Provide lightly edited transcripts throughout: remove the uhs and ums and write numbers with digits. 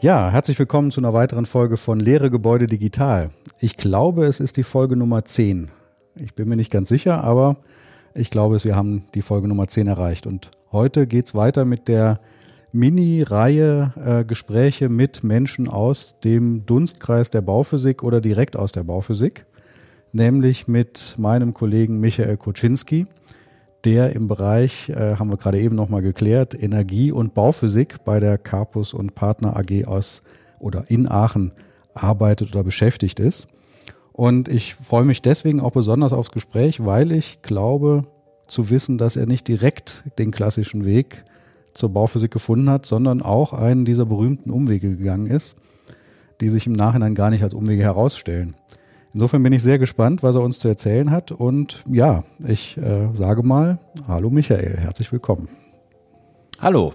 Ja, herzlich willkommen zu einer weiteren Folge von Lehre Gebäude digital. Ich glaube, es ist die Folge Nummer 10. Ich bin mir nicht ganz sicher, aber ich glaube, wir haben die Folge Nummer 10 erreicht. Und heute geht's weiter mit der Mini-Reihe Gespräche mit Menschen aus dem Dunstkreis der Bauphysik oder direkt aus der Bauphysik, nämlich mit meinem Kollegen Michael Kuczynski, der im Bereich, haben wir gerade eben nochmal geklärt, Energie- und Bauphysik bei der Karpus und Partner AG aus oder in Aachen arbeitet oder beschäftigt ist. Und ich freue mich deswegen auch besonders aufs Gespräch, weil ich glaube zu wissen, dass er nicht direkt den klassischen Weg zur Bauphysik gefunden hat, sondern auch einen dieser berühmten Umwege gegangen ist, die sich im Nachhinein gar nicht als Umwege herausstellen. Insofern bin ich sehr gespannt, was er uns zu erzählen hat. Und ja, ich sage mal, hallo Michael, herzlich willkommen. Hallo.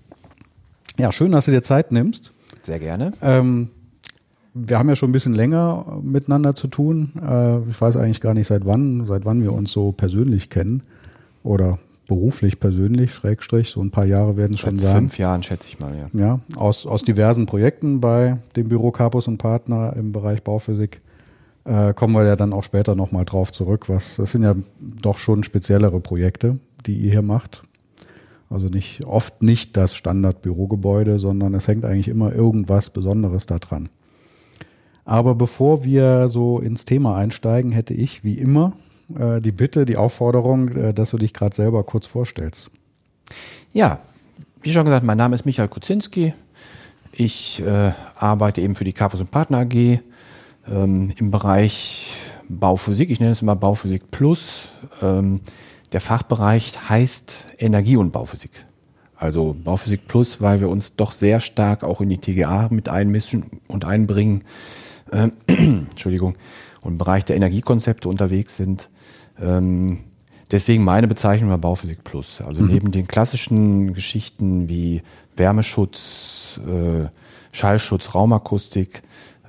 Ja, schön, dass du dir Zeit nimmst. Sehr gerne. Wir haben ja schon ein bisschen länger miteinander zu tun. Ich weiß eigentlich gar nicht, seit wann wir uns so persönlich kennen oder beruflich persönlich, Schrägstrich, so ein paar Jahre werden es schon sein. 5 Jahren, schätze ich mal, ja. Ja, aus diversen Projekten bei dem Büro Karpus und Partner im Bereich Bauphysik. Kommen wir ja dann auch später nochmal drauf zurück. Das sind ja doch schon speziellere Projekte, die ihr hier macht. Also oft nicht das Standard-Bürogebäude, sondern es hängt eigentlich immer irgendwas Besonderes da dran. Aber bevor wir so ins Thema einsteigen, hätte ich wie immer die Bitte, die Aufforderung, dass du dich gerade selber kurz vorstellst. Ja, wie schon gesagt, mein Name ist Michael Kuczynski. Ich arbeite eben für die Karpus und Partner AG im Bereich Bauphysik. Ich nenne es immer Bauphysik Plus. Der Fachbereich heißt Energie- und Bauphysik. Also Bauphysik Plus, weil wir uns doch sehr stark auch in die TGA mit einmischen und einbringen. Entschuldigung. Und im Bereich der Energiekonzepte unterwegs sind. Deswegen meine Bezeichnung war Bauphysik Plus. Also neben den klassischen Geschichten wie Wärmeschutz, Schallschutz, Raumakustik,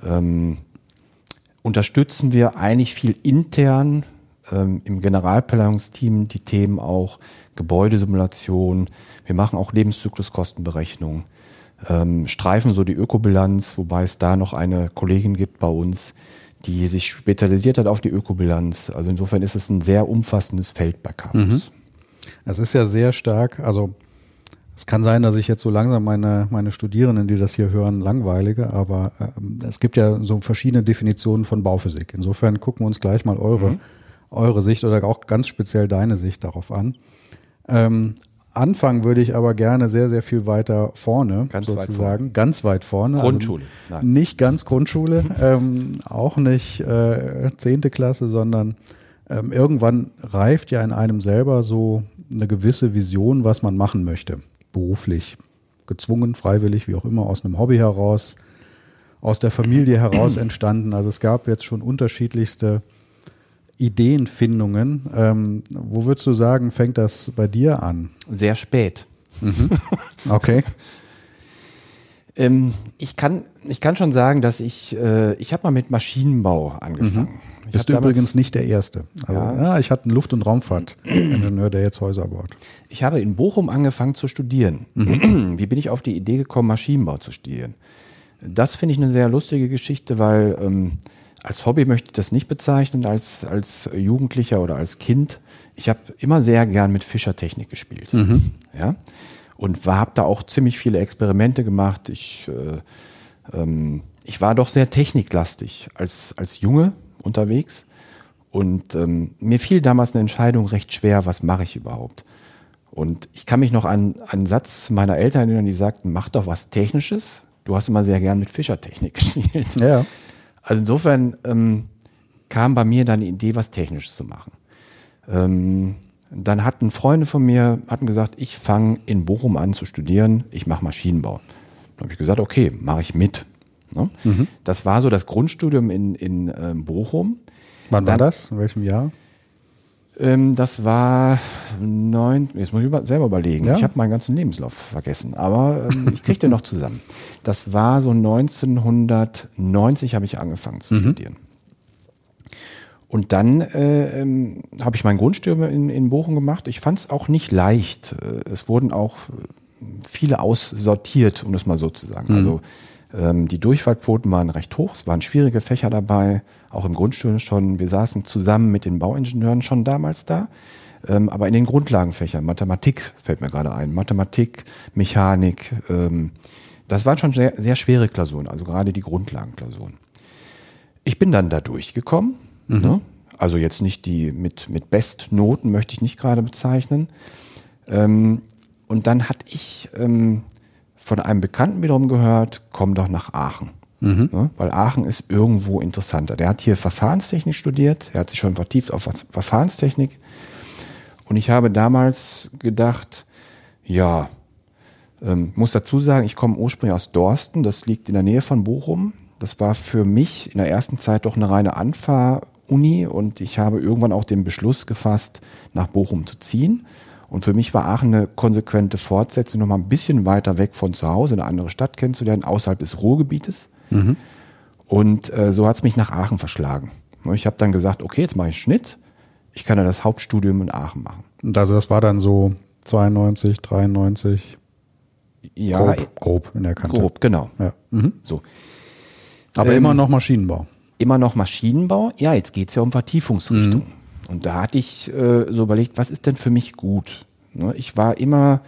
unterstützen wir eigentlich viel intern im Generalplanungsteam die Themen auch Gebäudesimulation. Wir machen auch Lebenszykluskostenberechnung, streifen so die Ökobilanz, wobei es da noch eine Kollegin gibt bei uns, die sich spezialisiert hat auf die Ökobilanz. Also insofern ist es ein sehr umfassendes Feld bei Karpus. Es ist ja sehr stark, also es kann sein, dass ich jetzt so langsam meine Studierenden, die das hier hören, langweilige, aber es gibt ja so verschiedene Definitionen von Bauphysik. Insofern gucken wir uns gleich mal eure Sicht oder auch ganz speziell deine Sicht darauf an. Anfangen würde ich aber gerne sehr, sehr viel weiter vorne, ganz weit vorne. Grundschule. Also nicht ganz Grundschule, auch nicht 10. Klasse, sondern irgendwann reift ja in einem selber so eine gewisse Vision, was man machen möchte. Beruflich, gezwungen, freiwillig, wie auch immer, aus einem Hobby heraus, aus der Familie heraus entstanden. Also es gab jetzt schon unterschiedlichste Ideenfindungen. Wo würdest du sagen, fängt das bei dir an? Sehr spät. Okay. Ich kann schon sagen, dass ich habe mal mit Maschinenbau angefangen. Bist du übrigens nicht der Erste. Also, ich hatte einen Luft- und Raumfahrtingenieur, der jetzt Häuser baut. Ich habe in Bochum angefangen zu studieren. Wie bin ich auf die Idee gekommen, Maschinenbau zu studieren? Das finde ich eine sehr lustige Geschichte, weil als Hobby möchte ich das nicht bezeichnen, als Jugendlicher oder als Kind. Ich habe immer sehr gern mit Fischertechnik gespielt. Ja? Und habe da auch ziemlich viele Experimente gemacht. Ich war doch sehr techniklastig als Junge unterwegs. Und mir fiel damals eine Entscheidung recht schwer, was mache ich überhaupt? Und ich kann mich noch an einen Satz meiner Eltern erinnern, die sagten, mach doch was Technisches. Du hast immer sehr gern mit Fischertechnik gespielt. Ja. Also insofern kam bei mir dann die Idee, was Technisches zu machen. Dann hatten Freunde von mir gesagt, ich fange in Bochum an zu studieren, ich mache Maschinenbau. Dann habe ich gesagt, okay, mache ich mit. Ne? Das war so das Grundstudium in Bochum. Wann war das? In welchem Jahr? Das war jetzt muss ich selber überlegen. Ja? Ich habe meinen ganzen Lebenslauf vergessen, aber ich kriege den noch zusammen. Das war so 1990 habe ich angefangen zu studieren. Und dann habe ich mein Grundstudium in Bochum gemacht. Ich fand es auch nicht leicht. Es wurden auch viele aussortiert, um das mal so zu sagen. Also Die Durchfallquoten waren recht hoch, es waren schwierige Fächer dabei, auch im Grundstudium schon. Wir saßen zusammen mit den Bauingenieuren schon damals da, aber in den Grundlagenfächern, Mathematik fällt mir gerade ein, Mathematik, Mechanik, das waren schon sehr, sehr schwere Klausuren, also gerade die Grundlagenklausuren. Ich bin dann da durchgekommen, ne? Also jetzt nicht die mit Bestnoten möchte ich nicht gerade bezeichnen. Und dann hatte ich von einem Bekannten wiederum gehört, komm doch nach Aachen. Ne? Weil Aachen ist irgendwo interessanter. Der hat hier Verfahrenstechnik studiert, er hat sich schon vertieft auf Verfahrenstechnik. Und ich habe damals gedacht, ja, muss dazu sagen, ich komme ursprünglich aus Dorsten, das liegt in der Nähe von Bochum. Das war für mich in der ersten Zeit doch eine reine Anfahr-Uni und ich habe irgendwann auch den Beschluss gefasst, nach Bochum zu ziehen. Und für mich war Aachen eine konsequente Fortsetzung, nochmal ein bisschen weiter weg von zu Hause, eine andere Stadt kennenzulernen, außerhalb des Ruhrgebietes. Und so hat es mich nach Aachen verschlagen. Ich habe dann gesagt, okay, jetzt mache ich Schnitt. Ich kann ja das Hauptstudium in Aachen machen. Und also das war dann so 92, 93? Ja, grob in der Kante. Grob, genau. Ja. So. Aber immer noch Maschinenbau. Immer noch Maschinenbau. Ja, jetzt geht's ja um Vertiefungsrichtung. Und da hatte ich so überlegt, was ist denn für mich gut? Ne, ich war immer,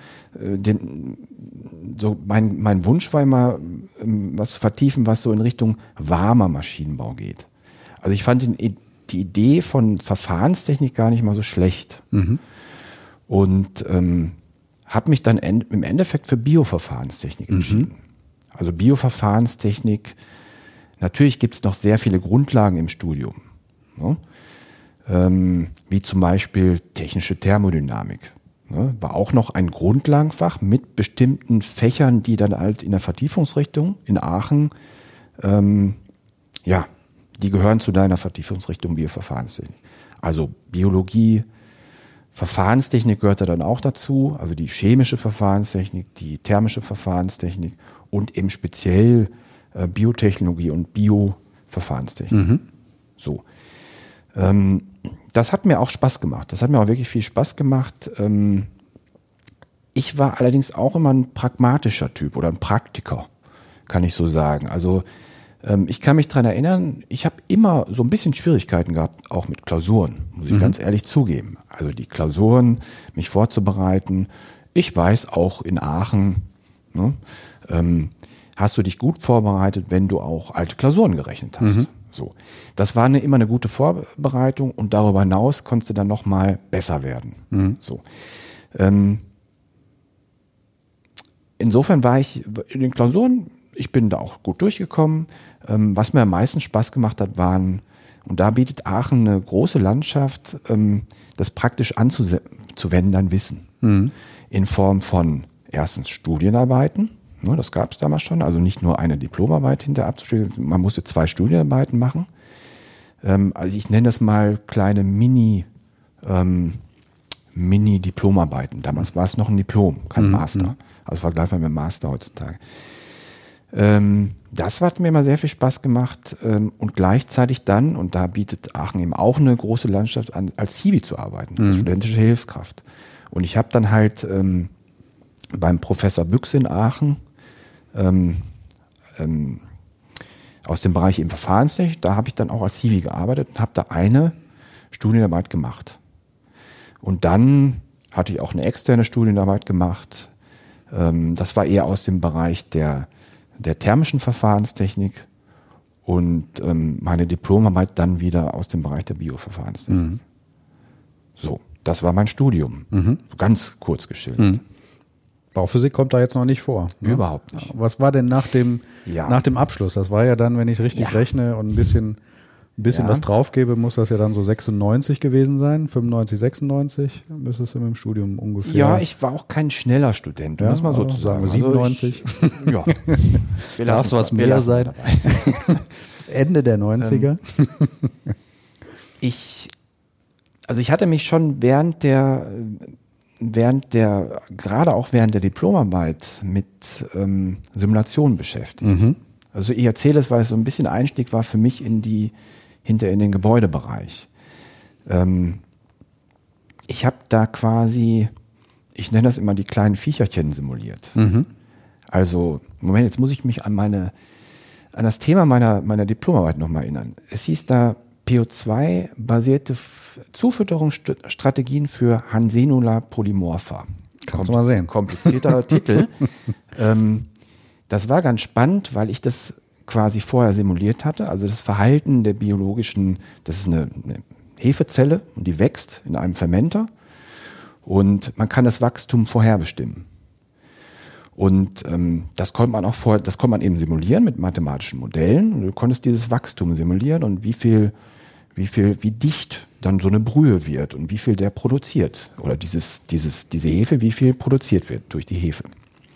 mein Wunsch war immer, was zu vertiefen, was so in Richtung warmer Maschinenbau geht. Also ich fand die Idee von Verfahrenstechnik gar nicht mal so schlecht. Und habe mich dann im Endeffekt für Bioverfahrenstechnik entschieden. Also Bioverfahrenstechnik, natürlich gibt es noch sehr viele Grundlagen im Studium. Ne? Wie zum Beispiel technische Thermodynamik. Ne? War auch noch ein Grundlagenfach mit bestimmten Fächern, die dann halt in der Vertiefungsrichtung in Aachen, die gehören zu deiner Vertiefungsrichtung Bioverfahrenstechnik. Also Biologie, Verfahrenstechnik gehört da dann auch dazu, also die chemische Verfahrenstechnik, die thermische Verfahrenstechnik und eben speziell Biotechnologie und Bioverfahrenstechnik. So. Das hat mir auch Spaß gemacht. Das hat mir auch wirklich viel Spaß gemacht. Ich war allerdings auch immer ein pragmatischer Typ oder ein Praktiker, kann ich so sagen. Also ich kann mich dran erinnern, ich habe immer so ein bisschen Schwierigkeiten gehabt, auch mit Klausuren, muss ich ganz ehrlich zugeben. Also die Klausuren, mich vorzubereiten. Ich weiß auch in Aachen, ne, hast du dich gut vorbereitet, wenn du auch alte Klausuren gerechnet hast. So, das war immer eine gute Vorbereitung und darüber hinaus konntest du dann noch mal besser werden. So, insofern war ich in den Klausuren, ich bin da auch gut durchgekommen. Was mir am meisten Spaß gemacht hat, waren, und da bietet Aachen eine große Landschaft, das praktisch anzuwenden, dein Wissen. In Form von erstens Studienarbeiten. Ne, das gab es damals schon, also nicht nur eine Diplomarbeit hinterher abzuschließen, man musste 2 Studienarbeiten machen. Also ich nenne das mal kleine Mini-Diplomarbeiten. Damals war es noch ein Diplom, kein Master. Also vergleichbar mit dem Master heutzutage. Das hat mir immer sehr viel Spaß gemacht und gleichzeitig dann, und da bietet Aachen eben auch eine große Landschaft an, als Hiwi zu arbeiten, als studentische Hilfskraft. Und ich habe dann halt beim Professor Büchse in Aachen aus dem Bereich im Verfahrenstechnik, da habe ich dann auch als Hiwi gearbeitet und habe da eine Studienarbeit gemacht. Und dann hatte ich auch eine externe Studienarbeit gemacht. Das war eher aus dem Bereich der thermischen Verfahrenstechnik und meine Diplomarbeit dann wieder aus dem Bereich der Bioverfahrenstechnik. So, das war mein Studium. Ganz kurz geschildert. Bauphysik kommt da jetzt noch nicht vor. Ne? Überhaupt nicht. Was war denn nach dem Abschluss? Das war ja dann, wenn ich richtig rechne und ein bisschen was draufgebe, muss das ja dann so 96 gewesen sein, 95, 96 müsste es im Studium ungefähr. Ja, ich war auch kein schneller Student, um das mal so zu sagen. 97. Ja. Darf was mehr sein. Ende der 90er. Ich hatte mich schon gerade auch während der Diplomarbeit mit Simulationen beschäftigt. Also ich erzähle es, weil es so ein bisschen Einstieg war für mich in den Gebäudebereich. Ich habe da quasi, ich nenne das immer die kleinen Viecherchen simuliert. Also, Moment, jetzt muss ich mich an meine an das Thema meiner Diplomarbeit nochmal erinnern. Es hieß da PO2-basierte Zufütterungsstrategien für Hansenula polymorpha. Kannst du mal sehen. Komplizierter Titel. Das war ganz spannend, weil ich das quasi vorher simuliert hatte. Also das Verhalten der biologischen, das ist eine Hefezelle und die wächst in einem Fermenter und man kann das Wachstum vorherbestimmen. Und das konnte man eben simulieren mit mathematischen Modellen. Und du konntest dieses Wachstum simulieren und wie dicht dann so eine Brühe wird und wie viel der produziert. Oder diese Hefe, wie viel produziert wird durch die Hefe.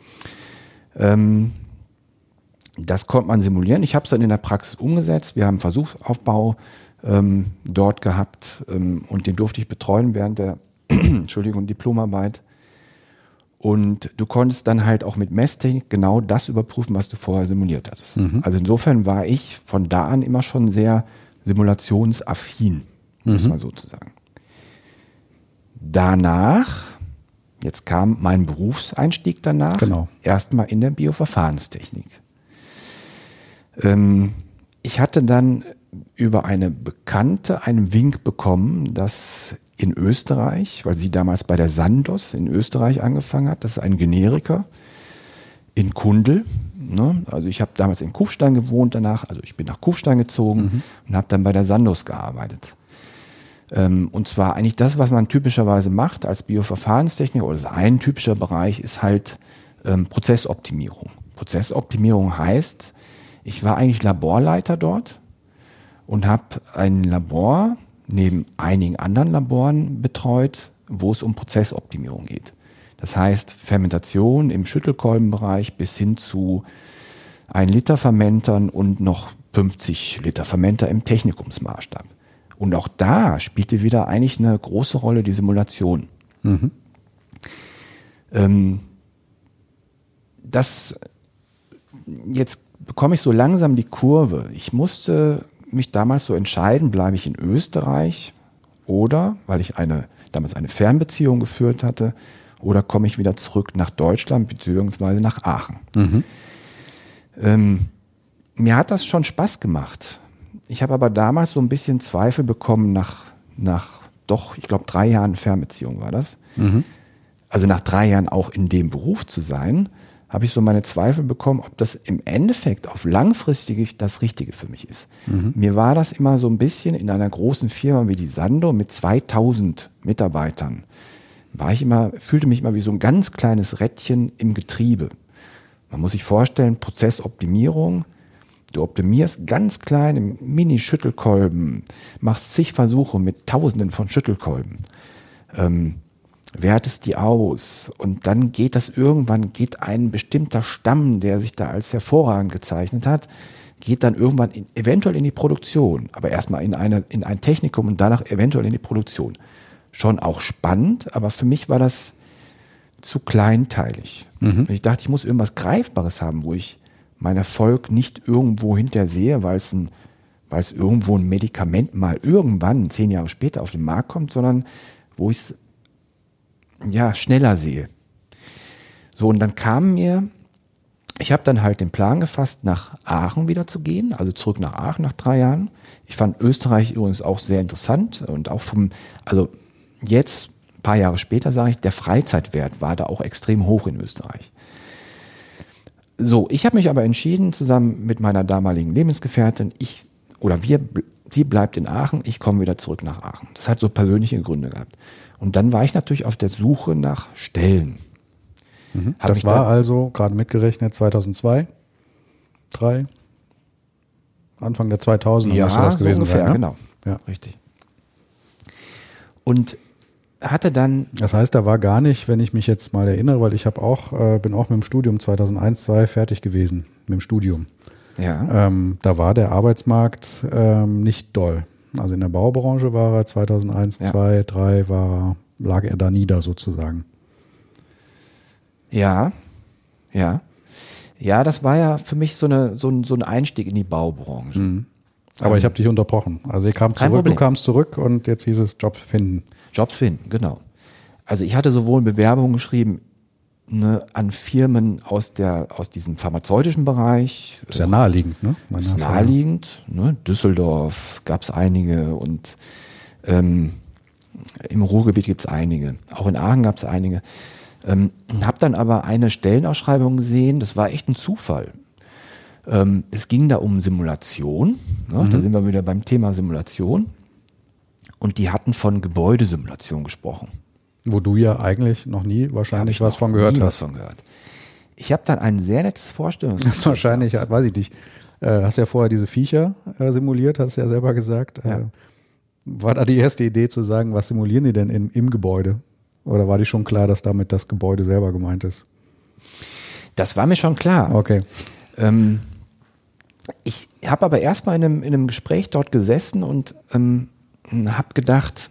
Das konnte man simulieren. Ich habe es dann in der Praxis umgesetzt. Wir haben einen Versuchsaufbau dort gehabt und den durfte ich betreuen während der Diplomarbeit. Und du konntest dann halt auch mit Messtechnik genau das überprüfen, was du vorher simuliert hattest. Also insofern war ich von da an immer schon sehr simulationsaffin, muss man sozusagen. Danach, jetzt kam mein Berufseinstieg danach, erstmal in der Bioverfahrenstechnik. Ich hatte dann über eine Bekannte einen Wink bekommen, dass in Österreich, weil sie damals bei der Sandoz in Österreich angefangen hat, das ist ein Generiker in Kundl. Ne? Also ich habe damals in Kufstein gewohnt danach, also ich bin nach Kufstein gezogen und habe dann bei der Sandoz gearbeitet. Und zwar eigentlich das, was man typischerweise macht als Bioverfahrenstechniker, oder ein typischer Bereich ist halt Prozessoptimierung. Prozessoptimierung heißt, ich war eigentlich Laborleiter dort und habe ein Labor neben einigen anderen Laboren betreut, wo es um Prozessoptimierung geht. Das heißt Fermentation im Schüttelkolbenbereich bis hin zu 1 Liter Fermentern und noch 50 Liter Fermenter im Technikumsmaßstab. Und auch da spielte wieder eigentlich eine große Rolle die Simulation. Jetzt bekomme ich so langsam die Kurve. Ich musste mich damals so entscheiden, bleibe ich in Österreich oder, weil ich damals eine Fernbeziehung geführt hatte, oder komme ich wieder zurück nach Deutschland beziehungsweise nach Aachen. Mir hat das schon Spaß gemacht. Ich habe aber damals so ein bisschen Zweifel bekommen nach ich glaube 3 Jahren Fernbeziehung war das. Also nach 3 Jahren auch in dem Beruf zu sein, habe ich so meine Zweifel bekommen, ob das im Endeffekt auf langfristig das Richtige für mich ist. Mir war das immer so ein bisschen in einer großen Firma wie die Sandoz mit 2000 Mitarbeitern, fühlte mich immer wie so ein ganz kleines Rädchen im Getriebe. Man muss sich vorstellen, Prozessoptimierung, du optimierst ganz klein im Mini-Schüttelkolben, machst zig Versuche mit Tausenden von Schüttelkolben, wertest die aus und dann geht ein bestimmter Stamm, der sich da als hervorragend gezeichnet hat, geht dann irgendwann eventuell in die Produktion, aber erstmal in ein Technikum und danach eventuell in die Produktion. Schon auch spannend, aber für mich war das zu kleinteilig. Und ich dachte, ich muss irgendwas Greifbares haben, wo ich meinen Erfolg nicht irgendwo hinterher sehe, weil es irgendwo ein Medikament mal irgendwann 10 Jahre später auf den Markt kommt, sondern wo ich es schneller sehe. So, und dann ich habe dann halt den Plan gefasst, nach Aachen wieder zu gehen, also zurück nach Aachen nach 3 Jahren. Ich fand Österreich übrigens auch sehr interessant und auch jetzt, ein paar Jahre später, sage ich, der Freizeitwert war da auch extrem hoch in Österreich. So, ich habe mich aber entschieden, zusammen mit meiner damaligen Lebensgefährtin, sie bleibt in Aachen, ich komme wieder zurück nach Aachen. Das hat so persönliche Gründe gehabt. Und dann war ich natürlich auf der Suche nach Stellen. Das war also, gerade mitgerechnet, 2002, 2003, Anfang der 2000er müsste das gewesen ungefähr, sein. Ne? Genau, ja, richtig. Und hatte dann... Das heißt, da war gar nicht, wenn ich mich jetzt mal erinnere, weil ich bin auch mit dem Studium 2001, 2002 fertig gewesen, mit dem Studium. Ja. Da war der Arbeitsmarkt nicht doll. Also in der Baubranche war er 2001, 2002, 2003 lag er da nieder sozusagen. Ja, das war ja für mich so ein Einstieg in die Baubranche. Aber ich habe dich unterbrochen. Also du kamst zurück und jetzt hieß es Jobs finden. Jobs finden, genau. Also ich hatte sowohl Bewerbungen geschrieben an Firmen aus diesem pharmazeutischen Bereich. Ist ja naheliegend, ne? Ist naheliegend. Ne? Düsseldorf gab es einige und im Ruhrgebiet gibt es einige. Auch in Aachen gab es einige. Habe dann aber eine Stellenausschreibung gesehen, das war echt ein Zufall. Es ging da um Simulation, ne? Da sind wir wieder beim Thema Simulation. Und die hatten von Gebäudesimulation gesprochen. Wo du ja eigentlich noch nie wahrscheinlich was von gehört hast. Ich habe dann ein sehr nettes Vorstellungsgespräch. Das ist wahrscheinlich, weiß ich nicht. Hast ja vorher diese Viecher simuliert, hast du ja selber gesagt. Ja. War da die erste Idee zu sagen, was simulieren die denn im Gebäude? Oder war dir schon klar, dass damit das Gebäude selber gemeint ist? Das war mir schon klar. Okay. Ich habe aber erstmal in einem Gespräch dort gesessen und habe gedacht,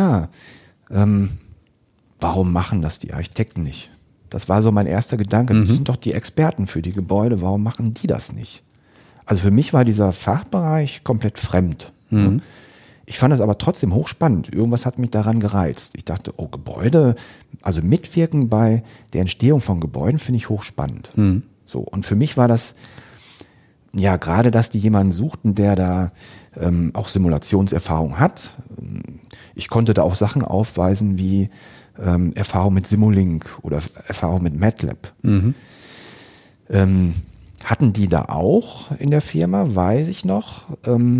warum machen das die Architekten nicht? Das war so mein erster Gedanke. Das sind doch die Experten für die Gebäude. Warum machen die das nicht? Also für mich war dieser Fachbereich komplett fremd. Ich fand es aber trotzdem hochspannend. Irgendwas hat mich daran gereizt. Ich dachte, Gebäude, also mitwirken bei der Entstehung von Gebäuden finde ich hochspannend. So, und für mich war das, ja, gerade, dass die jemanden suchten, der da auch Simulationserfahrung hat. Ich konnte da auch Sachen aufweisen wie Erfahrung mit Simulink oder Erfahrung mit MATLAB. Hatten die da auch in der Firma, weiß ich noch.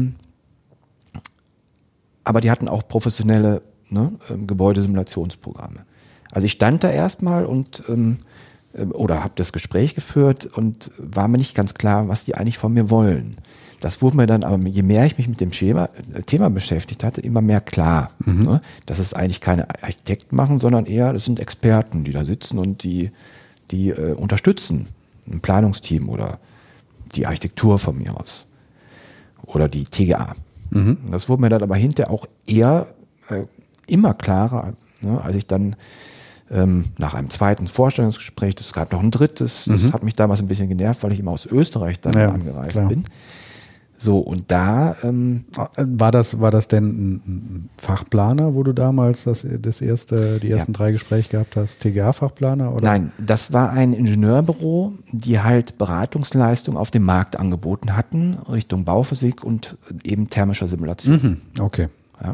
Aber die hatten auch professionelle Gebäudesimulationsprogramme. Also ich stand da erstmal und oder habe das Gespräch geführt und war mir nicht ganz klar, was die eigentlich von mir wollen. Das wurde mir dann aber, je mehr ich mich mit dem Thema beschäftigt hatte, immer mehr klar. Ne? Dass es eigentlich keine Architekten machen, sondern eher, das sind Experten, die da sitzen und die unterstützen. Ein Planungsteam oder die Architektur von mir aus. Oder die TGA. Das wurde mir dann aber hinterher auch eher immer klarer, ne? Als ich dann nach einem zweiten Vorstellungsgespräch, es gab noch ein drittes, das hat mich damals ein bisschen genervt, weil ich immer aus Österreich dann angereist bin. So, und da war das denn ein Fachplaner, wo du damals die ersten 3 Gespräche gehabt hast, TGA-Fachplaner? Oder? Nein, das war ein Ingenieurbüro, die halt Beratungsleistung auf dem Markt angeboten hatten, Richtung Bauphysik und eben thermischer Simulation. Okay. Ja.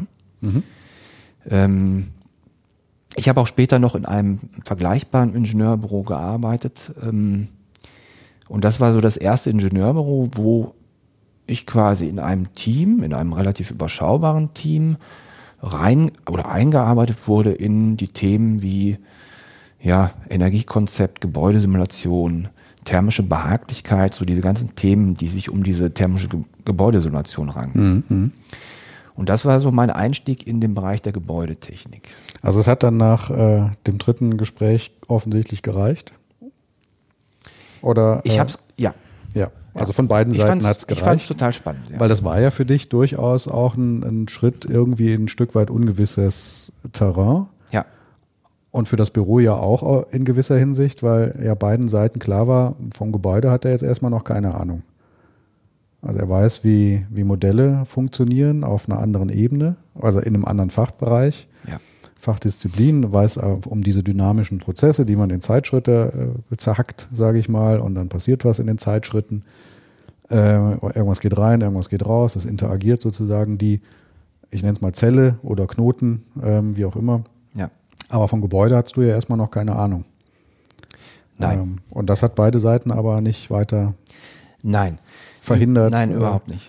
Ich habe auch später noch in einem vergleichbaren Ingenieurbüro gearbeitet. Und das war so das erste Ingenieurbüro, wo ich quasi in einem relativ überschaubaren Team eingearbeitet wurde in die Themen wie Energiekonzept, Gebäudesimulation, thermische Behaglichkeit, so diese ganzen Themen, die sich um diese thermische Gebäudesimulation ranken. Und das war so mein Einstieg in den Bereich der Gebäudetechnik. Also es hat dann nach dem dritten Gespräch offensichtlich gereicht? Oder? Ich hab's, Ja, also von beiden Seiten hat es gereicht. Ich fand es total spannend. Ja. Weil das war ja für dich durchaus auch ein Schritt irgendwie in ein Stück weit ungewisses Terrain. Ja. Und für das Büro ja auch in gewisser Hinsicht, weil ja beiden Seiten klar war, vom Gebäude hat er jetzt erstmal noch keine Ahnung. Also er weiß, wie Modelle funktionieren auf einer anderen Ebene, also in einem anderen Fachbereich. Ja. Fachdisziplin, weiß um diese dynamischen Prozesse, die man in Zeitschritte zerhackt, sage ich mal, und dann passiert was in den Zeitschritten. Irgendwas geht rein, irgendwas geht raus, es interagiert sozusagen die, ich nenne es mal Zelle oder Knoten, wie auch immer. Ja. Aber vom Gebäude hast du ja erstmal noch keine Ahnung. Nein. Und das hat beide Seiten aber nicht weiter verhindert. Nein, überhaupt nicht.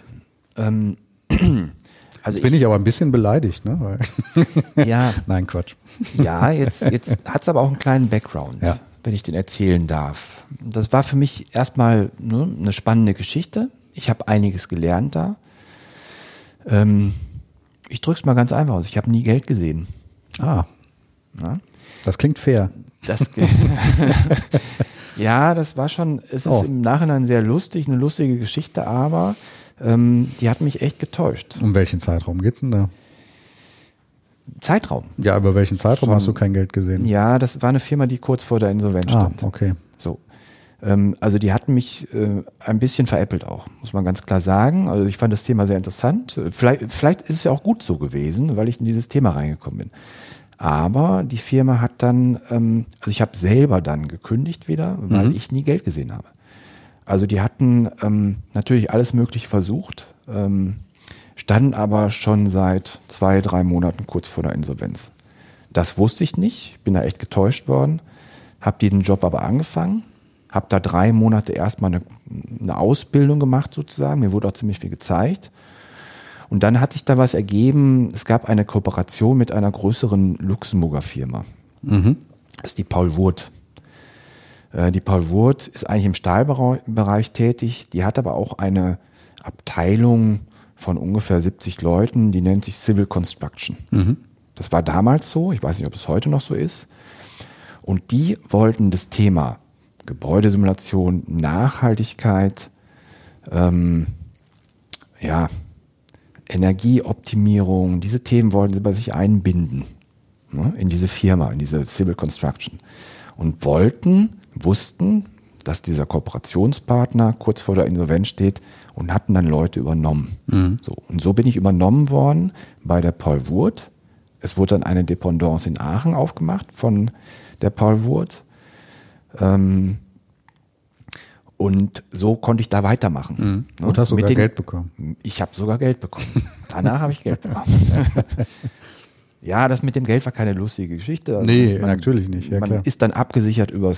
Also bin ich aber ein bisschen beleidigt, ne? Weil ja. Nein, Quatsch. Ja, jetzt hat es aber auch einen kleinen Background, wenn ich den erzählen darf. Das war für mich erstmal eine spannende Geschichte. Ich habe einiges gelernt da. Ich drück's mal ganz einfach aus. Ich habe nie Geld gesehen. Ja? Das klingt fair. Ja, das war schon, es ist im Nachhinein sehr lustig, eine lustige Geschichte, aber die hat mich echt getäuscht. Um welchen Zeitraum geht's denn da? Zeitraum. Ja, über welchen Zeitraum hast du kein Geld gesehen? Ja, das war eine Firma, die kurz vor der Insolvenz stand. Okay. So. Also die hatten mich ein bisschen veräppelt auch, muss man ganz klar sagen. Also ich fand das Thema sehr interessant. Vielleicht ist es ja auch gut so gewesen, weil ich in dieses Thema reingekommen bin. Aber die Firma hat dann, also ich habe selber dann gekündigt wieder, weil ich nie Geld gesehen habe. Also die hatten natürlich alles Mögliche versucht, standen aber schon seit 2-3 Monaten kurz vor der Insolvenz. Das wusste ich nicht, bin da echt getäuscht worden, habe den Job aber angefangen, habe da 3 Monate erstmal eine Ausbildung gemacht sozusagen, mir wurde auch ziemlich viel gezeigt. Und dann hat sich da was ergeben, es gab eine Kooperation mit einer größeren Luxemburger Firma. Das ist die Paul Wurth. Die Paul Wurth ist eigentlich im Stahlbereich tätig, die hat aber auch eine Abteilung von ungefähr 70 Leuten, die nennt sich Civil Construction. Das war damals so, ich weiß nicht, ob es heute noch so ist. Und die wollten das Thema Gebäudesimulation, Nachhaltigkeit, Energieoptimierung, diese Themen wollten sie bei sich einbinden, ne, in diese Firma, in diese Civil Construction. Und wussten, dass dieser Kooperationspartner kurz vor der Insolvenz steht und hatten dann Leute übernommen. Und so bin ich übernommen worden bei der Paul Wurth. Es wurde dann eine Dependance in Aachen aufgemacht von der Paul Wurth. Und so konnte ich da weitermachen. Und hast sogar Geld bekommen. Ich habe sogar Geld bekommen. Danach habe ich Geld bekommen. Ja, das mit dem Geld war keine lustige Geschichte. Also nee, natürlich nicht. Ja, man klar. ist dann abgesichert über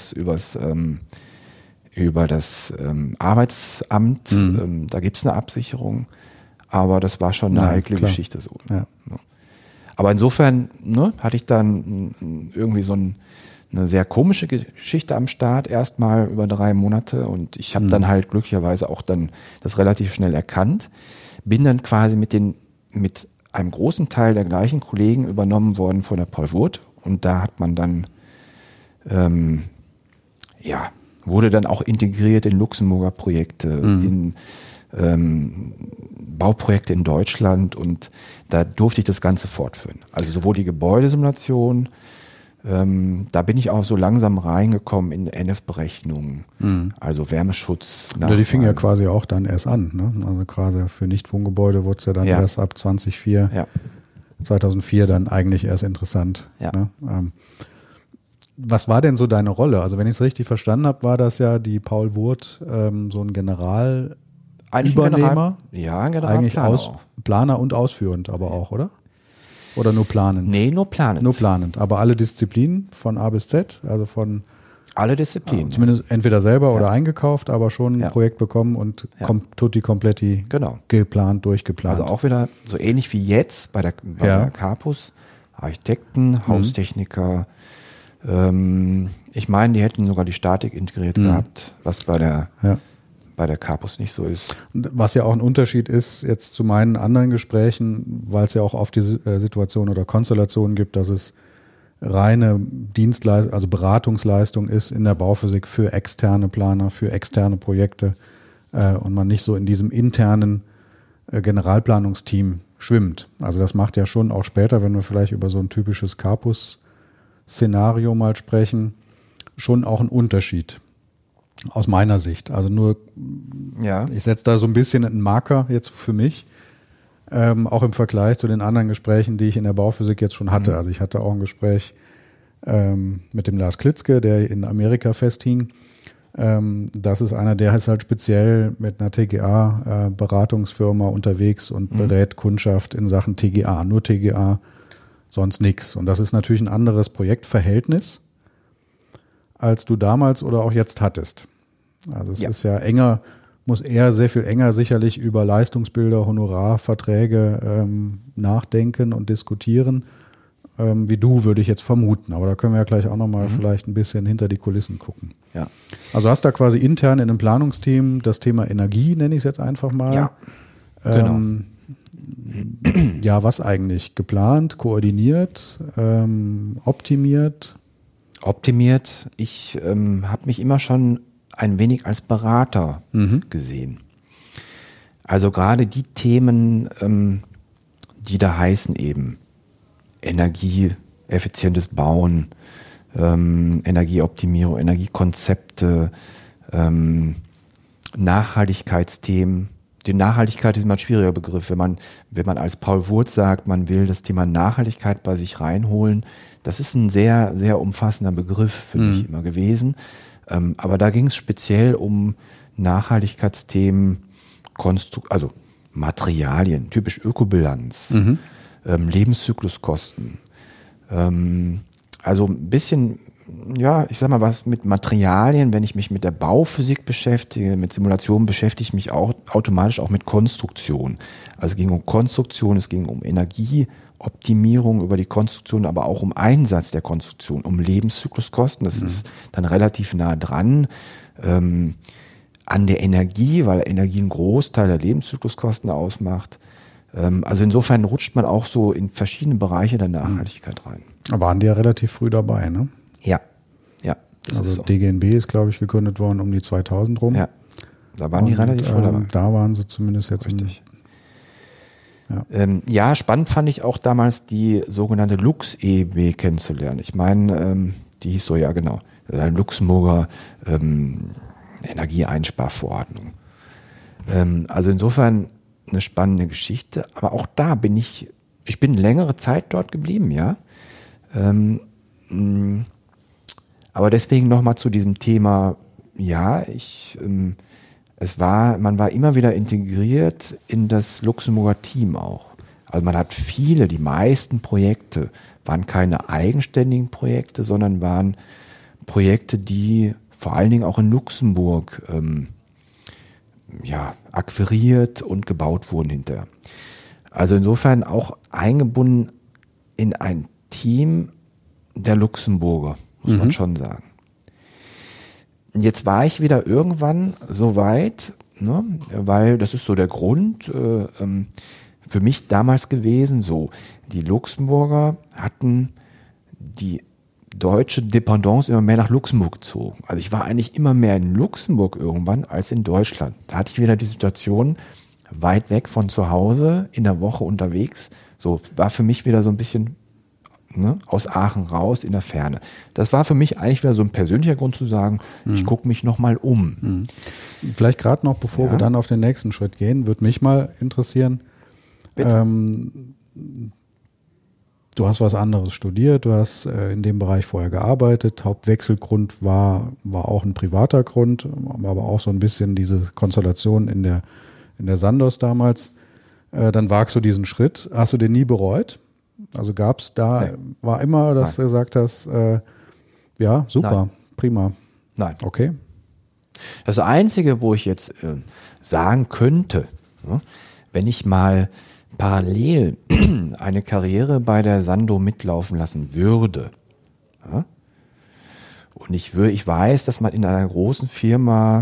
das Arbeitsamt. Da gibt's eine Absicherung. Aber das war schon eine heikle Geschichte. So. Ja. Aber insofern hatte ich dann irgendwie so eine sehr komische Geschichte am Start, erstmal über 3 Monate. Und ich habe dann halt glücklicherweise auch dann das relativ schnell erkannt. Bin dann quasi mit einem großen Teil der gleichen Kollegen übernommen worden von der Paul Wurth. Und da hat man dann, wurde dann auch integriert in Luxemburger Projekte, in Bauprojekte in Deutschland, und da durfte ich das Ganze fortführen. Also sowohl die Gebäudesimulation, da bin ich auch so langsam reingekommen in NF-Berechnungen, also Wärmeschutz. Ja, die fing ja quasi auch dann erst an, ne? Also gerade für Nichtwohngebäude wurde es ja dann erst ab 2004 dann eigentlich erst interessant. Ja. Ne? Was war denn so deine Rolle? Also wenn ich es richtig verstanden habe, war das ja die Paul Wurth so ein Übernehmer? Eigentlich Planer und ausführend aber auch, oder? Oder nur planend? Nee, nur planend. Nur planend. Aber alle Disziplinen von A bis Z, also von alle Disziplinen. Zumindest entweder selber oder eingekauft, aber schon ein Projekt bekommen und tutti completi geplant, durchgeplant. Also auch wieder so ähnlich wie jetzt bei der Carpus. Architekten, Haustechniker. Ich meine, die hätten sogar die Statik integriert gehabt, was bei der Carpus nicht so ist. Was ja auch ein Unterschied ist jetzt zu meinen anderen Gesprächen, weil es ja auch oft die Situation oder Konstellation gibt, dass es reine Dienstleistung, also Beratungsleistung ist in der Bauphysik für externe Planer, für externe Projekte und man nicht so in diesem internen Generalplanungsteam schwimmt. Also das macht ja schon auch später, wenn wir vielleicht über so ein typisches Carpus-Szenario mal sprechen, schon auch einen Unterschied. Aus meiner Sicht. Also ich setze da so ein bisschen einen Marker jetzt für mich, auch im Vergleich zu den anderen Gesprächen, die ich in der Bauphysik jetzt schon hatte. Also ich hatte auch ein Gespräch mit dem Lars Klitzke, der in Amerika festhing. Das ist einer, der ist halt speziell mit einer TGA-Beratungsfirma unterwegs und berät Kundschaft in Sachen TGA, nur TGA, sonst nichts. Und das ist natürlich ein anderes Projektverhältnis, als du damals oder auch jetzt hattest. Also es ist ja enger, muss eher sehr viel enger sicherlich über Leistungsbilder, Honorarverträge nachdenken und diskutieren, wie du, würde ich jetzt vermuten. Aber da können wir ja gleich auch nochmal vielleicht ein bisschen hinter die Kulissen gucken. Ja. Also hast da quasi intern in einem Planungsteam das Thema Energie, nenne ich es jetzt einfach mal. Ja, genau. Ja, was eigentlich? Geplant, koordiniert, optimiert? Optimiert. Ich habe mich immer schon ein wenig als Berater gesehen. Also gerade die Themen, die da heißen eben energieeffizientes Bauen, Energieoptimierung, Energiekonzepte, Nachhaltigkeitsthemen, die Nachhaltigkeit ist immer ein schwieriger Begriff. Wenn man als Paul Wurth sagt, man will das Thema Nachhaltigkeit bei sich reinholen, das ist ein sehr, sehr umfassender Begriff für mich immer gewesen. Aber da ging es speziell um Nachhaltigkeitsthemen, also Materialien, typisch Ökobilanz, Lebenszykluskosten. Also ein bisschen, ja, ich sag mal was mit Materialien, wenn ich mich mit der Bauphysik beschäftige, mit Simulationen beschäftige ich mich auch automatisch auch mit Konstruktion. Also es ging um Konstruktion, es ging um Energieoptimierung über die Konstruktion, aber auch um Einsatz der Konstruktion, um Lebenszykluskosten. Das ist dann relativ nah dran an der Energie, weil Energie einen Großteil der Lebenszykluskosten ausmacht. Also insofern rutscht man auch so in verschiedene Bereiche der Nachhaltigkeit rein. Da waren die ja relativ früh dabei, ne? Ja. Also ist so. DGNB ist, glaube ich, gegründet worden um die 2000 rum. Ja, da waren die relativ früh dabei. Da waren sie zumindest jetzt. Richtig. Ja, spannend fand ich auch damals die sogenannte Lux-EB kennenzulernen. Ich meine, die hieß so, ja genau, Luxemburger Energieeinsparverordnung. Also insofern eine spannende Geschichte, aber auch da bin ich bin längere Zeit dort geblieben, ja. Aber deswegen nochmal zu diesem Thema, ja, man war immer wieder integriert in das Luxemburger Team auch. Also man hat die meisten Projekte waren keine eigenständigen Projekte, sondern waren Projekte, die vor allen Dingen auch in Luxemburg akquiriert und gebaut wurden hinterher. Also insofern auch eingebunden in ein Team der Luxemburger, muss man schon sagen. Jetzt war ich wieder irgendwann so weit, ne, weil das ist so der Grund für mich damals gewesen, so die Luxemburger hatten die deutsche Dependance immer mehr nach Luxemburg gezogen. Also ich war eigentlich immer mehr in Luxemburg irgendwann als in Deutschland. Da hatte ich wieder die Situation, weit weg von zu Hause, in der Woche unterwegs. So war für mich wieder so ein bisschen aus Aachen raus in der Ferne. Das war für mich eigentlich wieder so ein persönlicher Grund zu sagen, ich gucke mich nochmal um. Vielleicht gerade noch, bevor wir dann auf den nächsten Schritt gehen, würde mich mal interessieren, du hast was anderes studiert, du hast in dem Bereich vorher gearbeitet, Hauptwechselgrund war auch ein privater Grund, aber auch so ein bisschen diese Konstellation in der Sandoz damals. Dann wagst du diesen Schritt. Hast du den nie bereut? Also gab's da, war immer, dass du gesagt hast, ja, super, prima. Nein. Okay. Das Einzige, wo ich jetzt sagen könnte, wenn ich mal parallel eine Karriere bei der Sando mitlaufen lassen würde, und ich weiß, dass man in einer großen Firma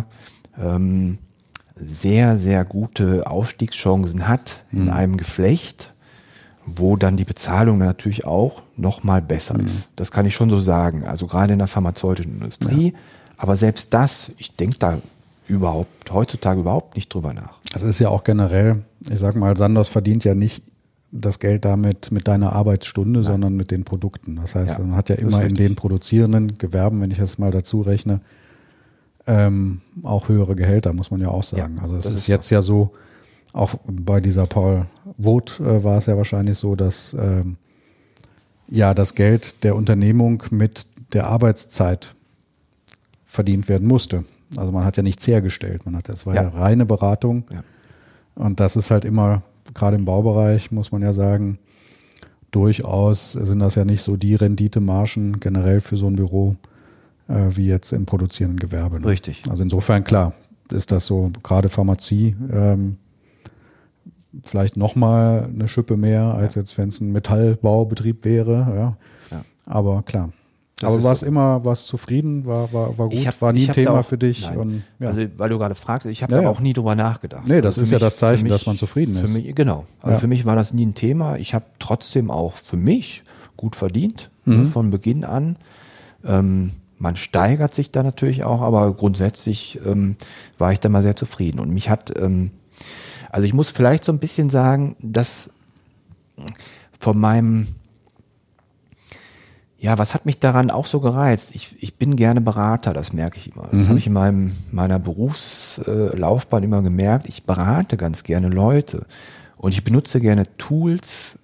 sehr, sehr gute Aufstiegschancen hat in einem Geflecht, wo dann die Bezahlung natürlich auch nochmal besser ist. Das kann ich schon so sagen. Also gerade in der pharmazeutischen Industrie. Ja. Aber selbst das, ich denke da heutzutage überhaupt nicht drüber nach. Das ist ja auch generell, ich sag mal, Sandoz verdient ja nicht das Geld damit mit deiner Arbeitsstunde, sondern mit den Produkten. Das heißt, man hat ja immer in den produzierenden Gewerben, wenn ich das mal dazu rechne, auch höhere Gehälter, muss man ja auch sagen. Also es ist jetzt ja so, auch bei dieser Paul Wurth war es ja wahrscheinlich so, dass das Geld der Unternehmung mit der Arbeitszeit verdient werden musste. Also man hat ja nichts hergestellt, das war ja reine Beratung. Ja. Und das ist halt immer, gerade im Baubereich, muss man ja sagen, durchaus sind das ja nicht so die Renditemargen generell für so ein Büro wie jetzt im produzierenden Gewerbe. Ne? Richtig. Also insofern, klar, ist das so, gerade Pharmazie, vielleicht nochmal eine Schippe mehr, als jetzt, wenn es ein Metallbaubetrieb wäre. Ja. Aber klar. Aber warst so. Immer zufrieden, war gut, war nie ein Thema für dich. Und, Also weil du gerade fragst, ich habe da auch nie drüber nachgedacht. Nee, das ist ja das Zeichen, dass man zufrieden ist. Für mich, genau. Also für mich war das nie ein Thema. Ich habe trotzdem auch für mich gut verdient, von Beginn an. Man steigert sich da natürlich auch, aber grundsätzlich war ich da mal sehr zufrieden. Und mich hat, also ich muss vielleicht so ein bisschen sagen, dass von meinem Ja, was hat mich daran auch so gereizt? Ich bin gerne Berater, das merke ich immer. Das habe ich in meiner Berufslaufbahn immer gemerkt. Ich berate ganz gerne Leute und ich benutze gerne Tools.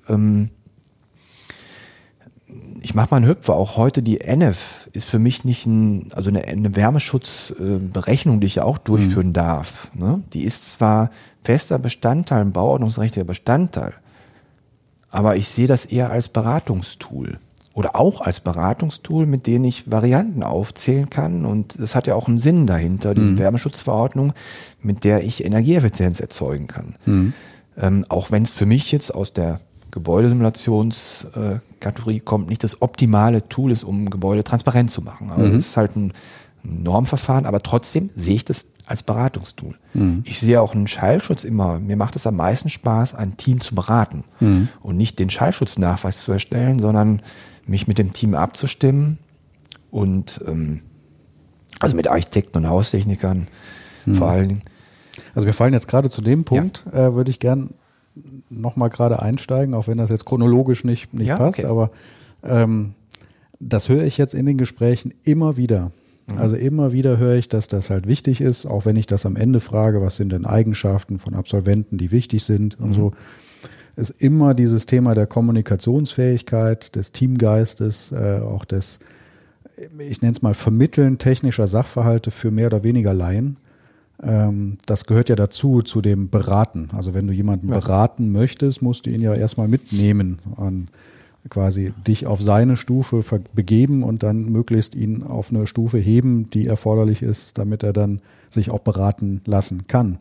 Ich mache mal einen Hüpfer. Auch heute die NF ist für mich nicht eine Wärmeschutzberechnung, die ich ja auch durchführen darf. Ne? Die ist zwar fester Bestandteil, ein bauordnungsrechtlicher Bestandteil, aber ich sehe das eher als Beratungstool. Oder auch als Beratungstool, mit dem ich Varianten aufzählen kann. Und es hat ja auch einen Sinn dahinter, die Wärmeschutzverordnung, mit der ich Energieeffizienz erzeugen kann. Auch wenn es für mich jetzt aus der Gebäudesimulationskategorie kommt, nicht das optimale Tool ist, um Gebäude transparent zu machen. Also es ist halt ein Normverfahren, aber trotzdem sehe ich das als Beratungstool. Ich sehe auch einen Schallschutz immer, mir macht es am meisten Spaß, ein Team zu beraten und nicht den Schallschutznachweis zu erstellen, sondern mich mit dem Team abzustimmen und also mit Architekten und Haustechnikern vor allen Dingen. Also wir fallen jetzt gerade zu dem Punkt, würde ich gern nochmal gerade einsteigen, auch wenn das jetzt chronologisch nicht passt, okay. Aber das höre ich jetzt in den Gesprächen immer wieder. Also immer wieder höre ich, dass das halt wichtig ist, auch wenn ich das am Ende frage, was sind denn Eigenschaften von Absolventen, die wichtig sind und so, ist immer dieses Thema der Kommunikationsfähigkeit, des Teamgeistes, auch des, ich nenne es mal, Vermitteln technischer Sachverhalte für mehr oder weniger Laien. Das gehört ja dazu, zu dem Beraten. Also wenn du jemanden beraten möchtest, musst du ihn ja erstmal mitnehmen und quasi dich auf seine Stufe begeben und dann möglichst ihn auf eine Stufe heben, die erforderlich ist, damit er dann sich auch beraten lassen kann.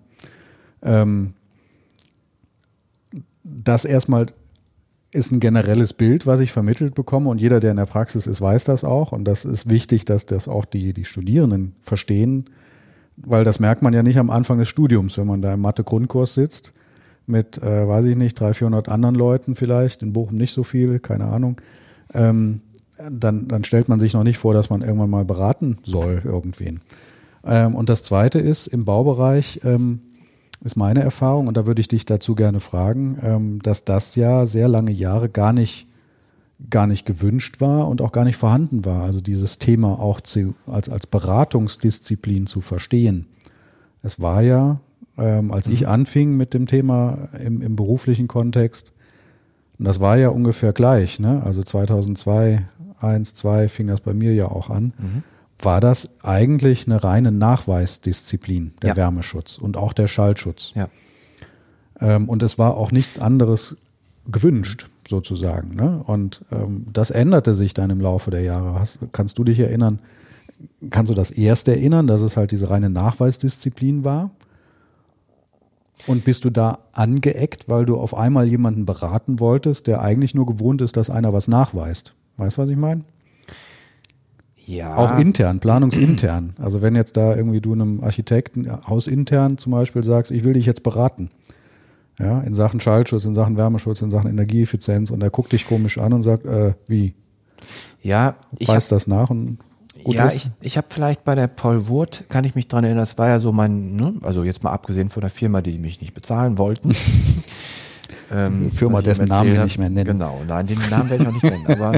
Das erstmal ist ein generelles Bild, was ich vermittelt bekomme und jeder, der in der Praxis ist, weiß das auch und das ist wichtig, dass das auch die Studierenden verstehen, weil das merkt man ja nicht am Anfang des Studiums, wenn man da im Mathe-Grundkurs sitzt mit, weiß ich nicht, 300, 400 anderen Leuten vielleicht, in Bochum nicht so viel, keine Ahnung, dann stellt man sich noch nicht vor, dass man irgendwann mal beraten soll irgendwen. Und das Zweite ist, im Baubereich ist meine Erfahrung, und da würde ich dich dazu gerne fragen, dass das ja sehr lange Jahre gar nicht gewünscht war und auch gar nicht vorhanden war. Also dieses Thema auch als Beratungsdisziplin zu verstehen. Es war ja, als ich anfing mit dem Thema im beruflichen Kontext, und das war ja ungefähr gleich, ne? Also 2002, 1, 2 fing das bei mir ja auch an, war das eigentlich eine reine Nachweisdisziplin, der Wärmeschutz und auch der Schallschutz. Ja. Und es war auch nichts anderes gewünscht, sozusagen. Ne? Und das änderte sich dann im Laufe der Jahre. Kannst du dich erinnern, kannst du das erst erinnern, dass es halt diese reine Nachweisdisziplin war? Und bist du da angeeckt, weil du auf einmal jemanden beraten wolltest, der eigentlich nur gewohnt ist, dass einer was nachweist? Weißt du, was ich meine? Ja. Auch intern, planungsintern. Also wenn jetzt da irgendwie du einem Architekten hausintern zum Beispiel sagst, ich will dich jetzt beraten. Ja, in Sachen Schallschutz, in Sachen Wärmeschutz, in Sachen Energieeffizienz und er guckt dich komisch an und sagt, wie? Ja, Weiß das nach und gut ja, ist? ich habe vielleicht bei der Paul Wurth, kann ich mich dran erinnern, das war ja so also jetzt mal abgesehen von der Firma, die mich nicht bezahlen wollten. Die Firma, dessen Namen wir nicht mehr nennen. Genau, nein, den Namen werde ich auch nicht nennen. Aber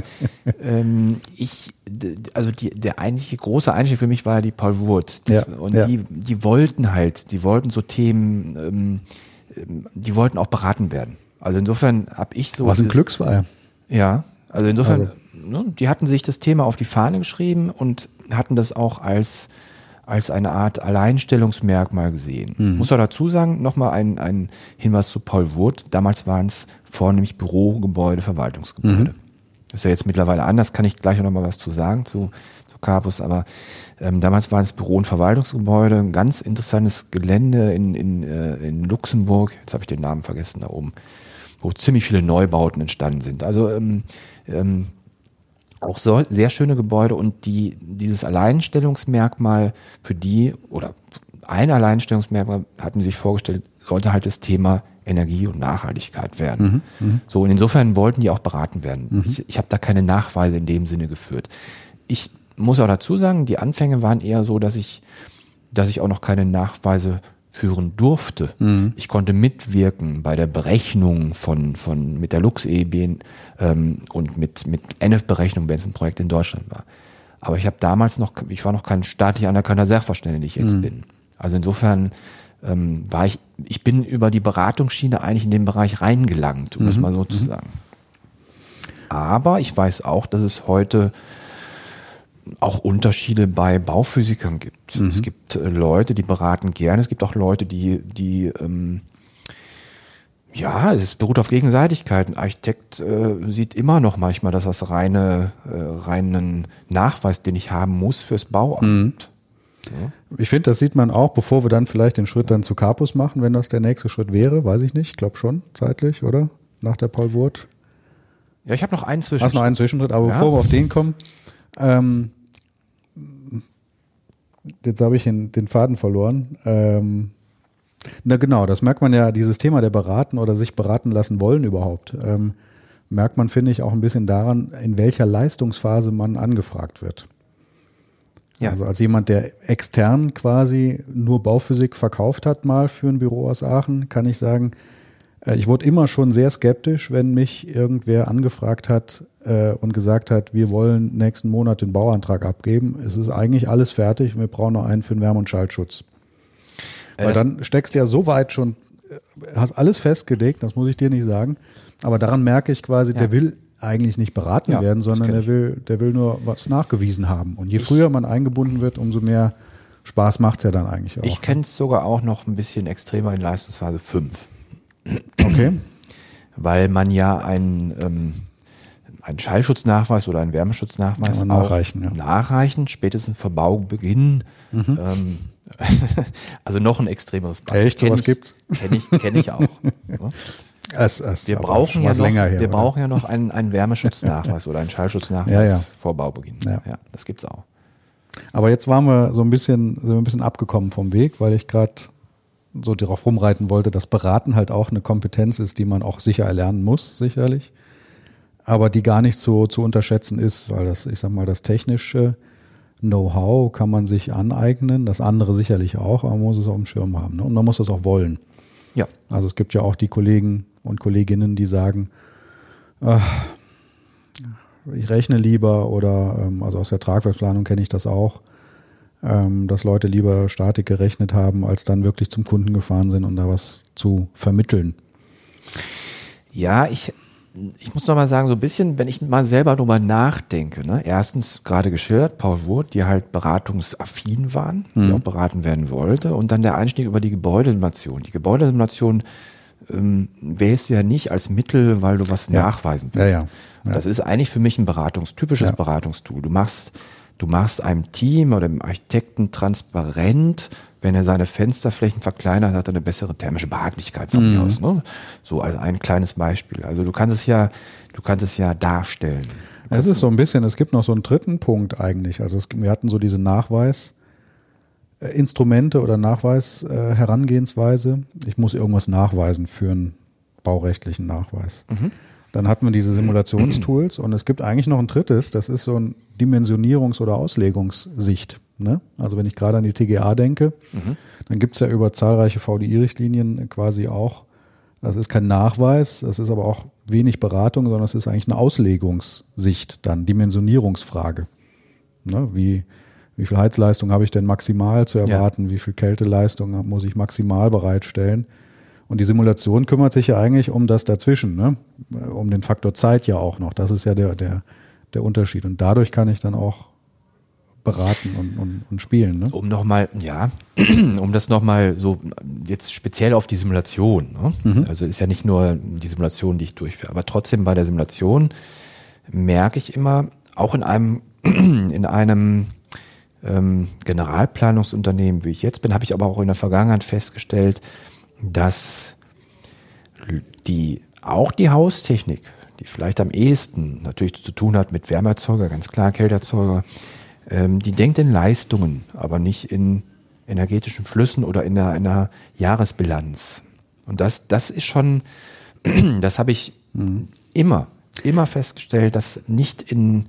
der eigentliche große Einstieg für mich war ja die Paul Wurth. Die wollten so Themen, die wollten auch beraten werden. Also insofern habe ich so. Was ein Glücksfall. Ja, also insofern, die hatten sich das Thema auf die Fahne geschrieben und hatten das auch als eine Art Alleinstellungsmerkmal gesehen. Muss auch dazu sagen, nochmal ein Hinweis zu Paul Wurth. Damals waren es vornehmlich Bürogebäude, Verwaltungsgebäude. Das ist ja jetzt mittlerweile anders, kann ich gleich noch mal was zu sagen zu Capus, aber damals waren es Büro- und Verwaltungsgebäude, ein ganz interessantes Gelände in Luxemburg, jetzt habe ich den Namen vergessen da oben, wo ziemlich viele Neubauten entstanden sind. Also auch so sehr schöne Gebäude und dieses Alleinstellungsmerkmal ein Alleinstellungsmerkmal hatten sie sich vorgestellt, sollte halt das Thema Energie und Nachhaltigkeit werden. So, und insofern wollten die auch beraten werden. Ich habe da keine Nachweise in dem Sinne geführt. Ich muss auch dazu sagen, die Anfänge waren eher so, dass ich auch noch keine Nachweise führen durfte. Ich konnte mitwirken bei der Berechnung mit der Lux-EEB und mit NF-Berechnung, wenn es ein Projekt in Deutschland war. Aber ich war noch kein staatlich anerkannter Sachverständiger, wie ich jetzt bin. Also insofern ich bin über die Beratungsschiene eigentlich in den Bereich reingelangt, um das mal so zu sagen. Aber ich weiß auch, dass es heute auch Unterschiede bei Bauphysikern gibt. Es gibt Leute, die beraten gerne. Es gibt auch Leute, es beruht auf Gegenseitigkeit. Ein Architekt sieht immer noch manchmal, dass das reinen Nachweis, den ich haben muss fürs Bauamt. Ja. Ich finde, das sieht man auch, bevor wir dann vielleicht den Schritt dann zu Capus machen, wenn das der nächste Schritt wäre, weiß ich nicht. Ich glaube schon, zeitlich, oder? Nach der Paul Wurth. Ja, ich habe noch einen Zwischenschritt. Hast noch einen Zwischenschritt, aber bevor wir auf den kommen, jetzt habe ich den Faden verloren. Na genau, das merkt man ja, dieses Thema der Beraten oder sich beraten lassen wollen überhaupt, merkt man, finde ich, auch ein bisschen daran, in welcher Leistungsphase man angefragt wird. Ja. Also als jemand, der extern quasi nur Bauphysik verkauft hat mal für ein Büro aus Aachen, kann ich sagen, ich wurde immer schon sehr skeptisch, wenn mich irgendwer angefragt hat und gesagt hat, wir wollen nächsten Monat den Bauantrag abgeben. Es ist eigentlich alles fertig und wir brauchen noch einen für den Wärme- und Schaltschutz. Weil dann steckst du ja so weit schon, hast alles festgelegt, das muss ich dir nicht sagen. Aber daran merke ich quasi, der will eigentlich nicht beraten werden, sondern der will nur was nachgewiesen haben. Und je früher man eingebunden wird, umso mehr Spaß macht es ja dann eigentlich auch. Ich kenne es sogar auch noch ein bisschen extremer in Leistungsphase 5. Okay. Weil man ja einen Schallschutznachweis oder einen Wärmeschutznachweis auch nachreichen, spätestens vor Baubeginn. Also noch ein extremeres Beispiel. Echt, sowas gibt's? Kenn ich auch. Wir brauchen ja noch einen Wärmeschutznachweis oder einen Schallschutznachweis vor Baubeginn. Ja, das gibt's auch. Aber jetzt sind wir ein bisschen abgekommen vom Weg, weil ich gerade so darauf rumreiten wollte, dass Beraten halt auch eine Kompetenz ist, die man auch sicher erlernen muss, sicherlich. Aber die gar nicht so zu unterschätzen ist, weil das technische Know-how kann man sich aneignen, das andere sicherlich auch, aber man muss es auf dem Schirm haben, ne? Und man muss das auch wollen. Ja. Also es gibt ja auch die Kollegen und Kolleginnen, die sagen, ich rechne lieber oder also aus der Tragwerksplanung kenne ich das auch, dass Leute lieber Statik gerechnet haben, als dann wirklich zum Kunden gefahren sind und da was zu vermitteln. Ja, ich muss noch mal sagen, so ein bisschen, wenn ich mal selber drüber nachdenke, ne? Erstens gerade geschildert, Paul Wurth, die halt beratungsaffin waren, die auch beraten werden wollte, und dann der Einstieg über die Gebäudesimulation. Die Gebäudesimulation wählst du ja nicht als Mittel, weil du was nachweisen willst. Ja. Das ist eigentlich für mich ein typisches Beratungstool. Du machst einem Team oder dem Architekten transparent, wenn er seine Fensterflächen verkleinert, hat er eine bessere thermische Behaglichkeit von mir aus. Ne? So als ein kleines Beispiel. Also du kannst es ja darstellen. Es ist so ein bisschen, es gibt noch so einen dritten Punkt eigentlich. Also wir hatten so diese Nachweisinstrumente oder Nachweis-Herangehensweise. Ich muss irgendwas nachweisen für einen baurechtlichen Nachweis. Dann hatten wir diese Simulationstools und es gibt eigentlich noch ein drittes, das ist so ein Dimensionierungs- oder Auslegungssicht. Ne? Also wenn ich gerade an die TGA denke, dann gibt es ja über zahlreiche VDI-Richtlinien quasi auch, das ist kein Nachweis, das ist aber auch wenig Beratung, sondern es ist eigentlich eine Auslegungssicht dann, Dimensionierungsfrage. Ne? Wie viel Heizleistung habe ich denn maximal zu erwarten, wie viel Kälteleistung muss ich maximal bereitstellen? Und die Simulation kümmert sich ja eigentlich um das dazwischen, ne? Um den Faktor Zeit ja auch noch. Das ist ja der Unterschied. Und dadurch kann ich dann auch beraten und spielen. Ne? Um das nochmal so jetzt speziell auf die Simulation. Ne? Also ist ja nicht nur die Simulation, die ich durchführe, aber trotzdem bei der Simulation merke ich immer, auch in einem Generalplanungsunternehmen, wie ich jetzt bin, habe ich aber auch in der Vergangenheit festgestellt, dass die Haustechnik, die vielleicht am ehesten natürlich zu tun hat mit Wärmeerzeuger, ganz klar Kälteerzeuger, die denkt in Leistungen, aber nicht in energetischen Flüssen oder in einer Jahresbilanz. Und das ist schon, das habe ich immer festgestellt, dass nicht in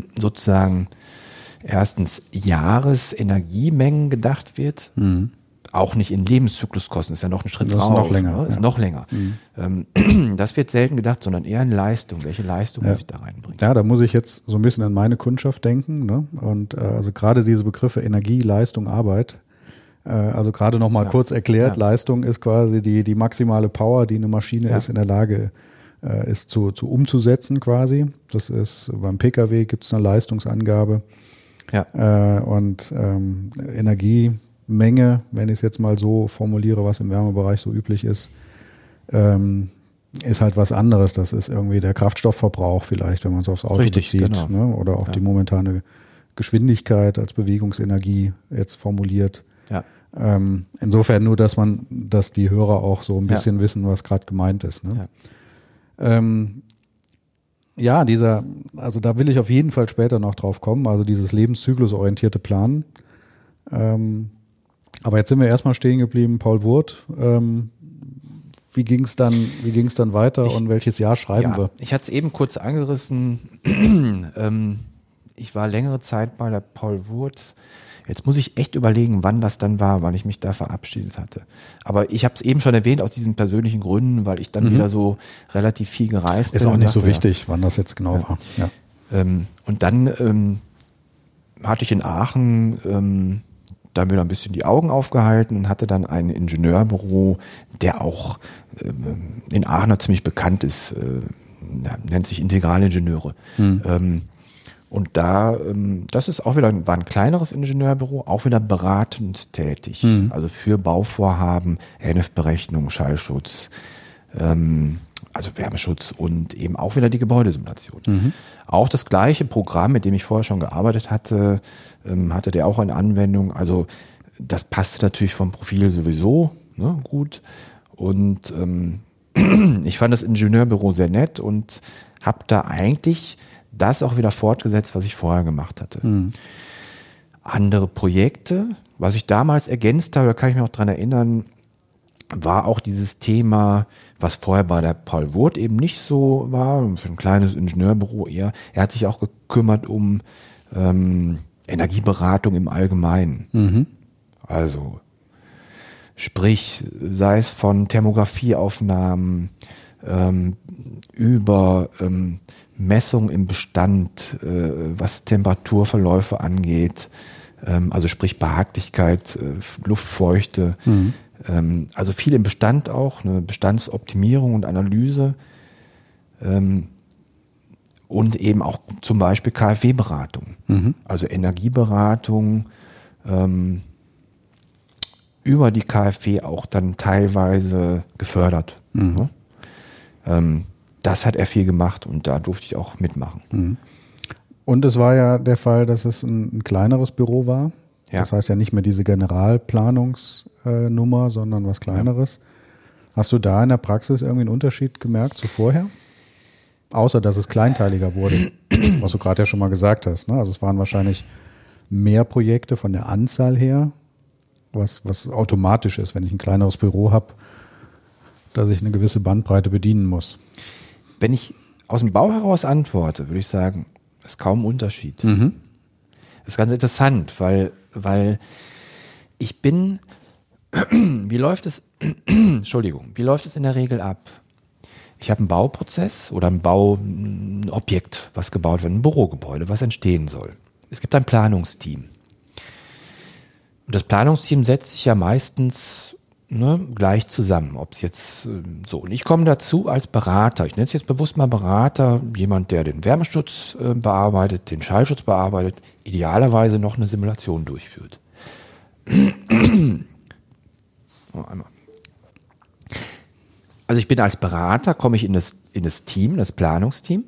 sozusagen erstens Jahresenergiemengen gedacht wird, auch nicht in Lebenszykluskosten, ist ja noch ein Schritt Das drauf. ist noch länger. Ne? Ist Ja. noch länger. Das wird selten gedacht, sondern eher in Leistung. Welche Leistung muss ich da reinbringen? Ja, da muss ich jetzt so ein bisschen an meine Kundschaft denken. Ne? Und also gerade diese Begriffe Energie, Leistung, Arbeit. Also gerade noch mal kurz erklärt, Leistung ist quasi die maximale Power, die eine Maschine ist in der Lage ist zu umzusetzen quasi. Das ist beim Pkw gibt es eine Leistungsangabe. Ja. Und Energiemenge, wenn ich es jetzt mal so formuliere, was im Wärmebereich so üblich ist halt was anderes. Das ist irgendwie der Kraftstoffverbrauch vielleicht, wenn man es aufs Auto bezieht. Genau. Ne? Oder auch die momentane Geschwindigkeit als Bewegungsenergie jetzt formuliert. Ja. Insofern nur, dass die Hörer auch so ein bisschen wissen, was gerade gemeint ist. Ne? Ja. Also da will ich auf jeden Fall später noch drauf kommen, also dieses lebenszyklusorientierte Planen. Aber jetzt sind wir erstmal stehen geblieben, Paul Wurth. Wie ging es dann weiter und welches Jahr schreiben wir? Ich hatte es eben kurz angerissen. Ich war längere Zeit bei der Paul Wurth. Jetzt muss ich echt überlegen, wann das dann war, wann ich mich da verabschiedet hatte. Aber ich habe es eben schon erwähnt, aus diesen persönlichen Gründen, weil ich dann wieder so relativ viel gereist bin. Ist auch nicht so wichtig, wann das jetzt genau war. Ja. Und dann hatte ich in Aachen da wieder ein bisschen die Augen aufgehalten und hatte dann ein Ingenieurbüro, der auch in Aachen ziemlich bekannt ist, nennt sich Integralingenieure. Und da, das ist auch wieder, war ein kleineres Ingenieurbüro, auch wieder beratend tätig. Also für Bauvorhaben, NF-Berechnung, Schallschutz, also Wärmeschutz und eben auch wieder die Gebäudesimulation. Auch das gleiche Programm, mit dem ich vorher schon gearbeitet hatte, hatte der auch eine Anwendung. Also das passte natürlich vom Profil sowieso, ne, gut. Und ich fand das Ingenieurbüro sehr nett und habe da eigentlich das auch wieder fortgesetzt, was ich vorher gemacht hatte. Andere Projekte, was ich damals ergänzt habe, da kann ich mich noch dran erinnern, war auch dieses Thema, was vorher bei der Paul Wurth eben nicht so war, für ein kleines Ingenieurbüro eher. Er hat sich auch gekümmert um Energieberatung im Allgemeinen. Also sprich, sei es von Thermografieaufnahmen über Messung im Bestand, was Temperaturverläufe angeht, also sprich Behaglichkeit, Luftfeuchte, also viel im Bestand auch, eine Bestandsoptimierung und Analyse und eben auch zum Beispiel KfW-Beratung, also Energieberatung über die KfW auch dann teilweise gefördert. Ne? Das hat er viel gemacht und da durfte ich auch mitmachen. Und es war ja der Fall, dass es ein kleineres Büro war. Ja. Das heißt ja nicht mehr diese Generalplanungsnummer, sondern was Kleineres. Ja. Hast du da in der Praxis irgendwie einen Unterschied gemerkt zu vorher? Außer, dass es kleinteiliger wurde, was du gerade ja schon mal gesagt hast. Ne? Also es waren wahrscheinlich mehr Projekte von der Anzahl her, was automatisch ist, wenn ich ein kleineres Büro habe, dass ich eine gewisse Bandbreite bedienen muss. Wenn ich aus dem Bau heraus antworte, würde ich sagen, das ist kaum ein Unterschied. Das ist ganz interessant, weil ich bin, wie läuft es in der Regel ab? Ich habe einen Bauprozess oder ein Objekt, was gebaut wird, ein Bürogebäude, was entstehen soll. Es gibt ein Planungsteam. Und das Planungsteam setzt sich ja meistens gleich zusammen, ob es jetzt so. Und ich komme dazu als Berater, ich nenne es jetzt bewusst mal Berater, jemand, der den Wärmeschutz bearbeitet, den Schallschutz bearbeitet, idealerweise noch eine Simulation durchführt. Einmal. Also ich bin als Berater, komme ich in das Team, das Planungsteam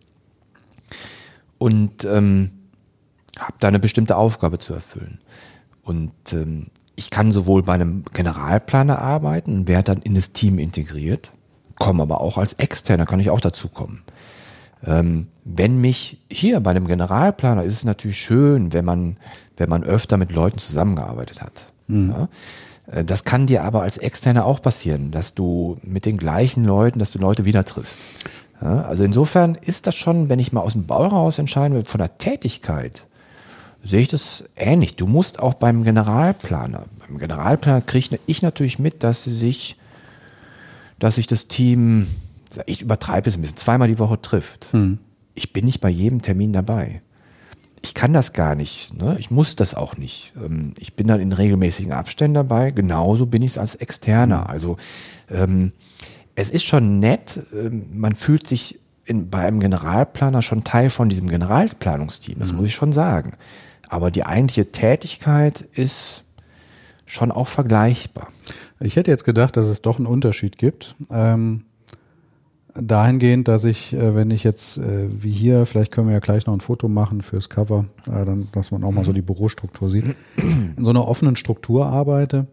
und habe da eine bestimmte Aufgabe zu erfüllen. Und ich kann sowohl bei einem Generalplaner arbeiten und werde dann in das Team integriert, komme aber auch als Externer, kann ich auch dazu kommen. Wenn mich hier bei einem Generalplaner ist es natürlich schön, wenn man öfter mit Leuten zusammengearbeitet hat. Ja? Das kann dir aber als Externer auch passieren, dass du mit den gleichen Leuten, dass du Leute wieder triffst. Ja? Also insofern ist das schon, wenn ich mal aus dem Bau raus entscheiden will, von der Tätigkeit, sehe ich das ähnlich. Du musst auch beim Generalplaner kriege ich natürlich mit, dass sich das Team, ich übertreibe es ein bisschen, 2-mal die Woche trifft. Ich bin nicht bei jedem Termin dabei. Ich kann das gar nicht, ne? Ich muss das auch nicht. Ich bin dann in regelmäßigen Abständen dabei, genauso bin ich es als Externer. Also es ist schon nett, man fühlt sich bei einem Generalplaner schon Teil von diesem Generalplanungsteam, das muss ich schon sagen. Aber die eigentliche Tätigkeit ist schon auch vergleichbar. Ich hätte jetzt gedacht, dass es doch einen Unterschied gibt. Dahingehend, dass ich, wenn ich jetzt wie hier, vielleicht können wir ja gleich noch ein Foto machen fürs Cover, dann, dass man auch mal so die Bürostruktur sieht, in so einer offenen Struktur arbeite,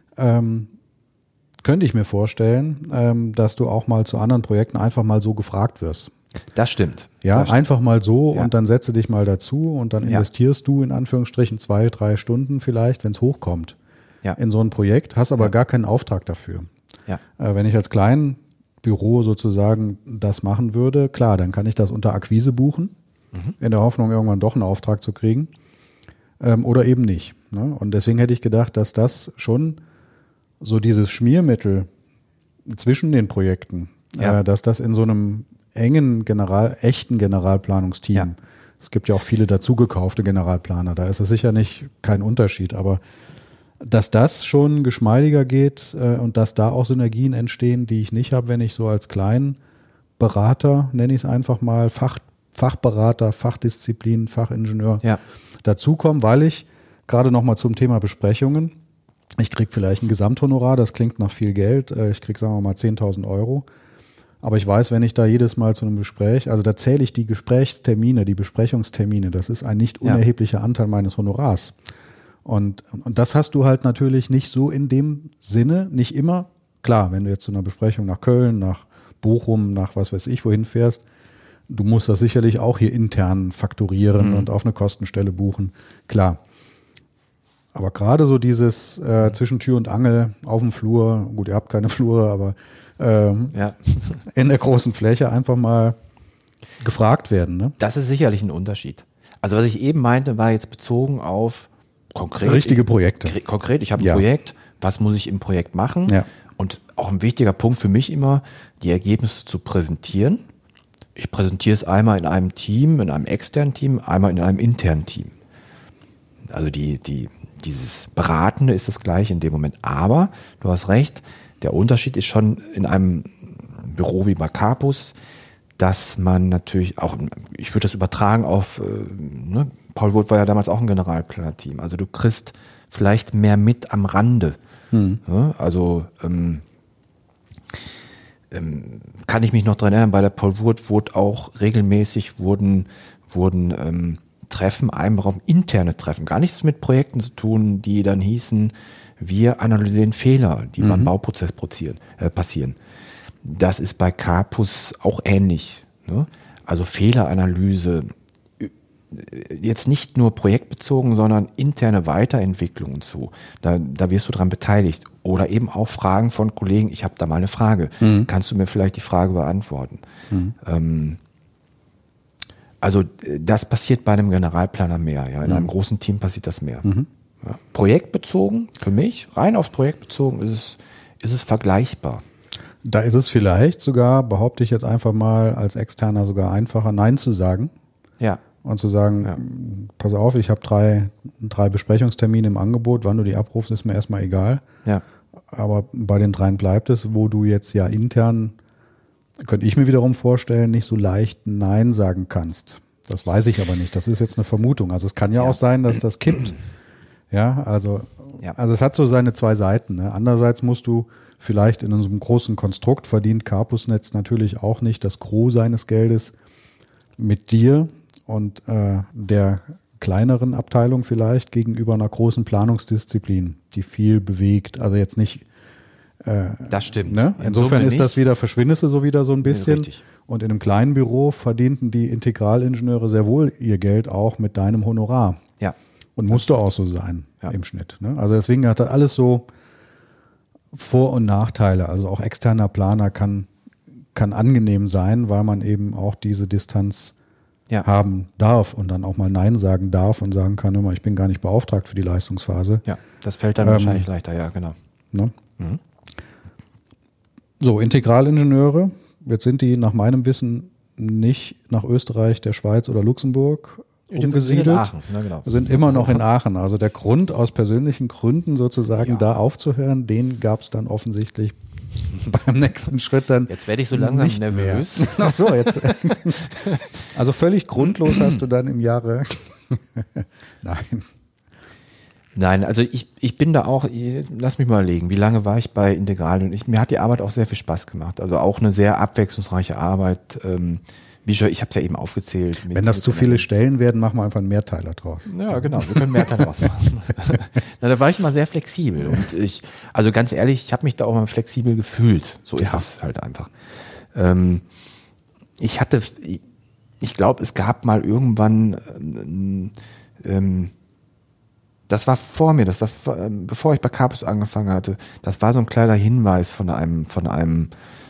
könnte ich mir vorstellen, dass du auch mal zu anderen Projekten einfach mal so gefragt wirst. Das stimmt. Ja, das stimmt. einfach mal so, Ja. und dann setze dich mal dazu und dann investierst du in Anführungsstrichen 2-3 Stunden vielleicht, wenn es hochkommt, in so ein Projekt, hast aber gar keinen Auftrag dafür. Ja. Wenn ich als kleinen Büro sozusagen das machen würde, klar, dann kann ich das unter Akquise buchen, in der Hoffnung, irgendwann doch einen Auftrag zu kriegen, oder eben nicht. Ne? Und deswegen hätte ich gedacht, dass das schon so dieses Schmiermittel zwischen den Projekten, dass das in so einem engen echten Generalplanungsteam, es gibt ja auch viele dazugekaufte Generalplaner, da ist es sicher nicht kein Unterschied, aber dass das schon geschmeidiger geht und dass da auch Synergien entstehen, die ich nicht habe, wenn ich so als kleinen Berater, nenne ich es einfach mal, Fachberater, Fachdisziplin, Fachingenieur dazukomme, weil ich gerade nochmal zum Thema Besprechungen, ich kriege vielleicht ein Gesamthonorar, das klingt nach viel Geld, ich kriege, sagen wir mal, 10.000 €, aber ich weiß, wenn ich da jedes Mal zu einem Gespräch, also da zähle ich die Gesprächstermine, die Besprechungstermine, das ist ein nicht unerheblicher Anteil meines Honorars. Und das hast du halt natürlich nicht so in dem Sinne, nicht immer. Klar, wenn du jetzt zu einer Besprechung nach Köln, nach Bochum, nach was weiß ich wohin fährst, du musst das sicherlich auch hier intern fakturieren und auf eine Kostenstelle buchen, klar. Aber gerade so dieses zwischen Tür und Angel auf dem Flur, gut, ihr habt keine Flure, aber in der großen Fläche einfach mal gefragt werden. Ne? Das ist sicherlich ein Unterschied. Also was ich eben meinte, war jetzt bezogen auf richtige Projekte. Konkret, ich habe ein Projekt, was muss ich im Projekt machen? Ja. Und auch ein wichtiger Punkt für mich immer, die Ergebnisse zu präsentieren. Ich präsentiere es einmal in einem Team, in einem externen Team, einmal in einem internen Team. Also dieses Beratende ist das gleiche in dem Moment. Aber du hast recht, der Unterschied ist schon in einem Büro wie bei Capus, dass man natürlich auch, ich würde das übertragen auf, Paul Wurth war ja damals auch ein Generalplaner-Team. Also du kriegst vielleicht mehr mit am Rande. Ja, also kann ich mich noch dran erinnern, bei der Paul Wurth wurde auch regelmäßig wurden Treffen, Einraum, interne Treffen, gar nichts mit Projekten zu tun, die dann hießen, wir analysieren Fehler, die beim Bauprozess passieren. Das ist bei Capus auch ähnlich. Ne? Also Fehleranalyse, jetzt nicht nur projektbezogen, sondern interne Weiterentwicklung und so. Da wirst du dran beteiligt. Oder eben auch Fragen von Kollegen, ich habe da mal eine Frage. Kannst du mir vielleicht die Frage beantworten? Also das passiert bei einem Generalplaner mehr. Ja? In einem großen Team passiert das mehr. Ja. Projektbezogen, für mich, rein aufs Projekt bezogen, ist es vergleichbar. Da ist es vielleicht sogar, behaupte ich jetzt einfach mal, als Externer sogar einfacher, Nein zu sagen. Ja. Und zu sagen, pass auf, ich habe drei Besprechungstermine im Angebot, wann du die abrufst, ist mir erstmal egal. Ja. Aber bei den 3 bleibt es, wo du jetzt ja intern, könnte ich mir wiederum vorstellen, nicht so leicht Nein sagen kannst. Das weiß ich aber nicht. Das ist jetzt eine Vermutung. Also es kann ja auch sein, dass das kippt. Ja, also es hat so seine 2 Seiten. Ne? Andererseits musst du vielleicht in so einem großen Konstrukt, verdient Capusnetz natürlich auch nicht das Gros seines Geldes mit dir und der kleineren Abteilung vielleicht gegenüber einer großen Planungsdisziplin, die viel bewegt. Also jetzt nicht. Das stimmt. Ne? Insofern ist das wieder, verschwindest du so wieder so ein bisschen. Richtig. Und in einem kleinen Büro verdienten die Integralingenieure sehr wohl ihr Geld auch mit deinem Honorar. Ja. Und musste auch so sein im Schnitt. Ne? Also deswegen hat das alles so Vor- und Nachteile. Also auch externer Planer kann angenehm sein, weil man eben auch diese Distanz haben darf und dann auch mal Nein sagen darf und sagen kann, immer, ich bin gar nicht beauftragt für die Leistungsphase. Ja, das fällt dann wahrscheinlich leichter, ja, genau. Ne? So, Integralingenieure, jetzt sind die nach meinem Wissen nicht nach Österreich, der Schweiz oder Luxemburg umgesiedelt. In Aachen, ne, genau. Sind immer noch in Aachen. Also der Grund, aus persönlichen Gründen sozusagen da aufzuhören, den gab es dann offensichtlich beim nächsten Schritt dann. Jetzt werde ich so langsam nervös. Ach so, jetzt. Also völlig grundlos hast du dann im Jahre. Nein, also ich bin da auch, lass mich mal überlegen, wie lange war ich bei Integral? Und mir hat die Arbeit auch sehr viel Spaß gemacht. Also auch eine sehr abwechslungsreiche Arbeit. Ich habe es ja eben aufgezählt. Wenn das zu viele Stellen werden, machen wir einfach einen Mehrteiler draus. Ja, genau, wir können Mehrteiler draus machen. Na, da war ich immer sehr flexibel. Und also ganz ehrlich, ich habe mich da auch mal flexibel gefühlt. So ist es halt einfach. Ich glaube, es gab mal irgendwann, das war vor mir, bevor ich bei Carpus angefangen hatte, das war so ein kleiner Hinweis von einem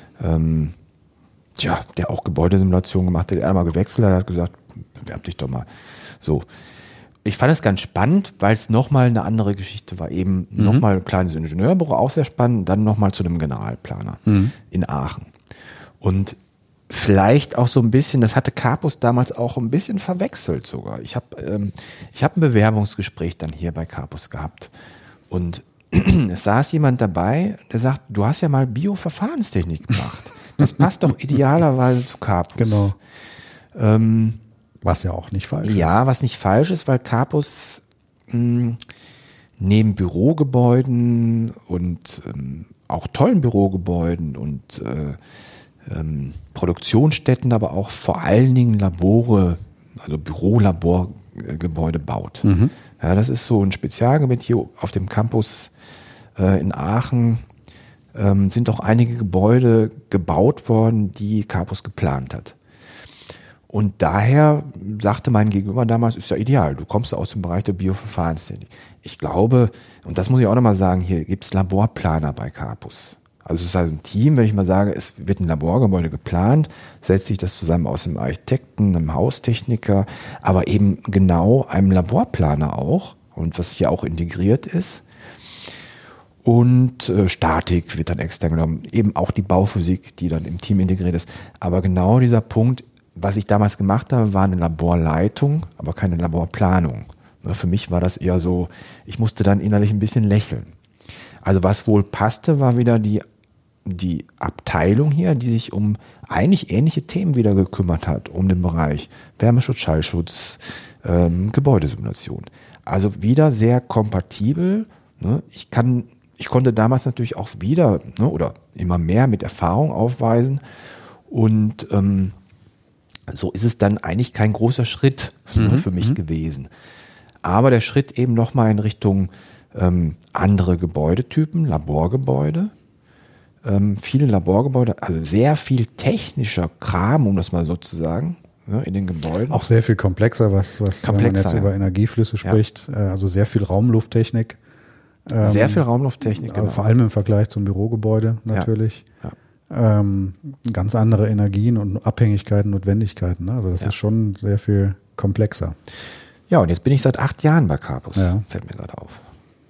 der auch Gebäudesimulation gemacht hat, der einmal gewechselt hat gesagt, bewerb dich doch mal. So. Ich fand es ganz spannend, weil es nochmal eine andere Geschichte war. Eben nochmal ein kleines Ingenieurbüro, auch sehr spannend, dann nochmal zu einem Generalplaner in Aachen. Und vielleicht auch so ein bisschen, das hatte Carpus damals auch ein bisschen verwechselt sogar. Ich habe ein Bewerbungsgespräch dann hier bei Carpus gehabt und es saß jemand dabei, der sagt, du hast ja mal Bioverfahrenstechnik gemacht. Das passt doch idealerweise zu Carpus. Genau. Was ja auch nicht falsch ist. Ja, was nicht falsch ist, weil Carpus neben Bürogebäuden und auch tollen Bürogebäuden und Produktionsstätten, aber auch vor allen Dingen Labore, also Bürolaborgebäude baut. Ja, das ist so ein Spezialgebiet hier auf dem Campus in Aachen. Sind auch einige Gebäude gebaut worden, die Carpus geplant hat. Und daher sagte mein Gegenüber damals, ist ja ideal, du kommst aus dem Bereich der Bioverfahrenstechnik. Ich glaube, und das muss ich auch nochmal sagen, hier gibt es Laborplaner bei Carpus. Also es ist also ein Team, wenn ich mal sage, es wird ein Laborgebäude geplant, setzt sich das zusammen aus einem Architekten, einem Haustechniker, aber eben genau einem Laborplaner auch und was hier auch integriert ist. Und Statik wird dann extern genommen, eben auch die Bauphysik, die dann im Team integriert ist. Aber genau dieser Punkt, was ich damals gemacht habe, war eine Laborleitung, aber keine Laborplanung. Für mich war das eher so, ich musste dann innerlich ein bisschen lächeln. Also was wohl passte, war wieder die Abteilung hier, die sich um eigentlich ähnliche Themen wieder gekümmert hat, um den Bereich Wärmeschutz, Schallschutz, Gebäudesimulation. Also wieder sehr kompatibel. Ich konnte damals natürlich auch wieder oder immer mehr mit Erfahrung aufweisen und so ist es dann eigentlich kein großer Schritt für mich gewesen. Aber der Schritt eben nochmal in Richtung andere Gebäudetypen, Laborgebäude, viele Laborgebäude, also sehr viel technischer Kram, um das mal so zu sagen, in den Gebäuden. Auch sehr viel komplexer, was wenn man jetzt über Energieflüsse spricht, also sehr viel Raumlufttechnik. Sehr viel Raumlufttechnik, genau. Vor allem im Vergleich zum Bürogebäude natürlich. Ja. Ganz andere Energien und Abhängigkeiten, Notwendigkeiten. Also das ist schon sehr viel komplexer. Ja, und jetzt bin ich seit 8 Jahren bei Carpus, fällt mir gerade auf.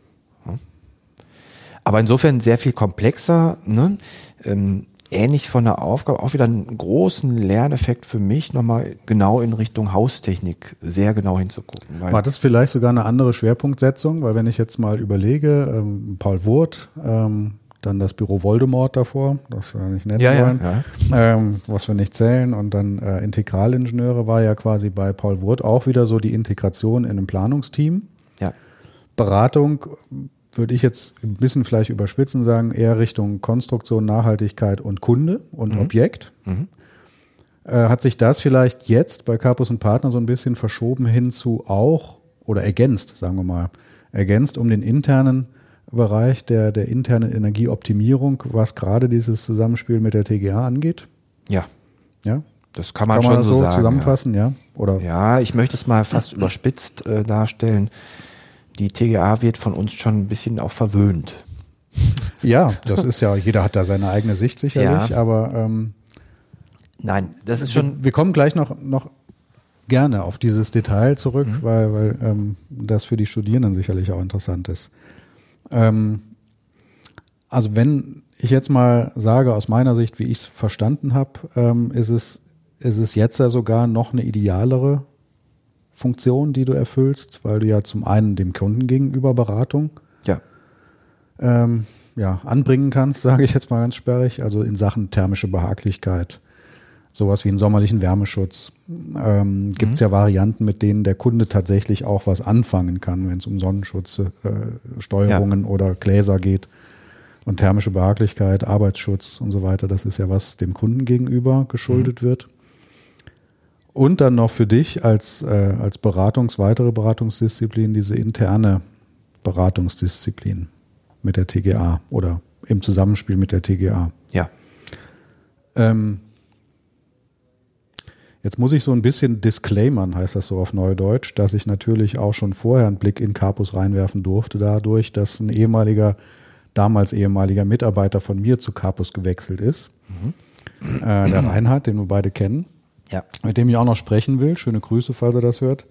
Aber insofern sehr viel komplexer, ähnlich von der Aufgabe, auch wieder einen großen Lerneffekt für mich, nochmal genau in Richtung Haustechnik sehr genau hinzugucken. War das vielleicht sogar eine andere Schwerpunktsetzung? Weil wenn ich jetzt mal überlege, Paul Wurth, dann das Büro Voldemort davor, das wir nicht nennen wollen, was wir nicht zählen, und dann Integralingenieure war ja quasi bei Paul Wurth auch wieder so die Integration in einem Planungsteam. Ja. Beratung würde ich jetzt ein bisschen vielleicht überspitzen sagen, eher Richtung Konstruktion, Nachhaltigkeit und Kunde und Objekt. Hat sich das vielleicht jetzt bei Carpus und Partner so ein bisschen verschoben hin zu auch, oder ergänzt, sagen wir mal, um den internen Bereich der internen Energieoptimierung, was gerade dieses Zusammenspiel mit der TGA angeht? Ja. Ja? Das kann man schon so sagen, zusammenfassen, ja? Oder? Ja, ich möchte es mal fast überspitzt darstellen. Die TGA wird von uns schon ein bisschen auch verwöhnt. Ja, das ist ja, jeder hat da seine eigene Sicht sicherlich, aber nein, das ist schon. Wir kommen gleich noch gerne auf dieses Detail zurück, weil das für die Studierenden sicherlich auch interessant ist. Also wenn ich jetzt mal sage, aus meiner Sicht, wie ich es verstanden habe, ist es jetzt ja sogar noch eine idealere Funktion, die du erfüllst, weil du ja zum einen dem Kunden gegenüber Beratung anbringen kannst, sage ich jetzt mal ganz sperrig, also in Sachen thermische Behaglichkeit, sowas wie einen sommerlichen Wärmeschutz. Gibt es ja Varianten, mit denen der Kunde tatsächlich auch was anfangen kann, wenn es um Sonnenschutz, Steuerungen oder Gläser geht. Und thermische Behaglichkeit, Arbeitsschutz und so weiter, das ist ja was dem Kunden gegenüber geschuldet wird. Und dann noch für dich als weitere Beratungsdisziplin diese interne Beratungsdisziplin mit der TGA oder im Zusammenspiel mit der TGA. Ja. Jetzt muss ich so ein bisschen disclaimern, heißt das so auf Neudeutsch, dass ich natürlich auch schon vorher einen Blick in Carpus reinwerfen durfte, dadurch, dass ein damals ehemaliger Mitarbeiter von mir zu Carpus gewechselt ist. Der Reinhard, den wir beide kennen, mit dem ich auch noch sprechen will. Schöne Grüße, falls er das hört.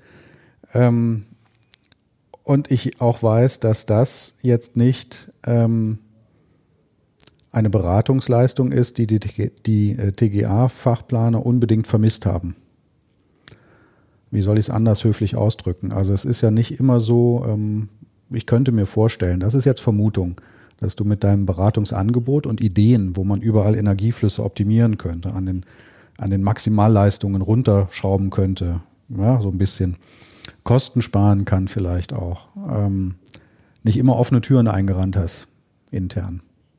Und ich auch weiß, dass das jetzt nicht eine Beratungsleistung ist, die TGA-Fachplaner unbedingt vermisst haben. Wie soll ich es anders höflich ausdrücken? Also es ist ja nicht immer so, ich könnte mir vorstellen, das ist jetzt Vermutung, dass du mit deinem Beratungsangebot und Ideen, wo man überall Energieflüsse optimieren könnte, an den Maximalleistungen runterschrauben könnte, ja, so ein bisschen Kosten sparen kann vielleicht auch, nicht immer offene Türen eingerannt hast, intern.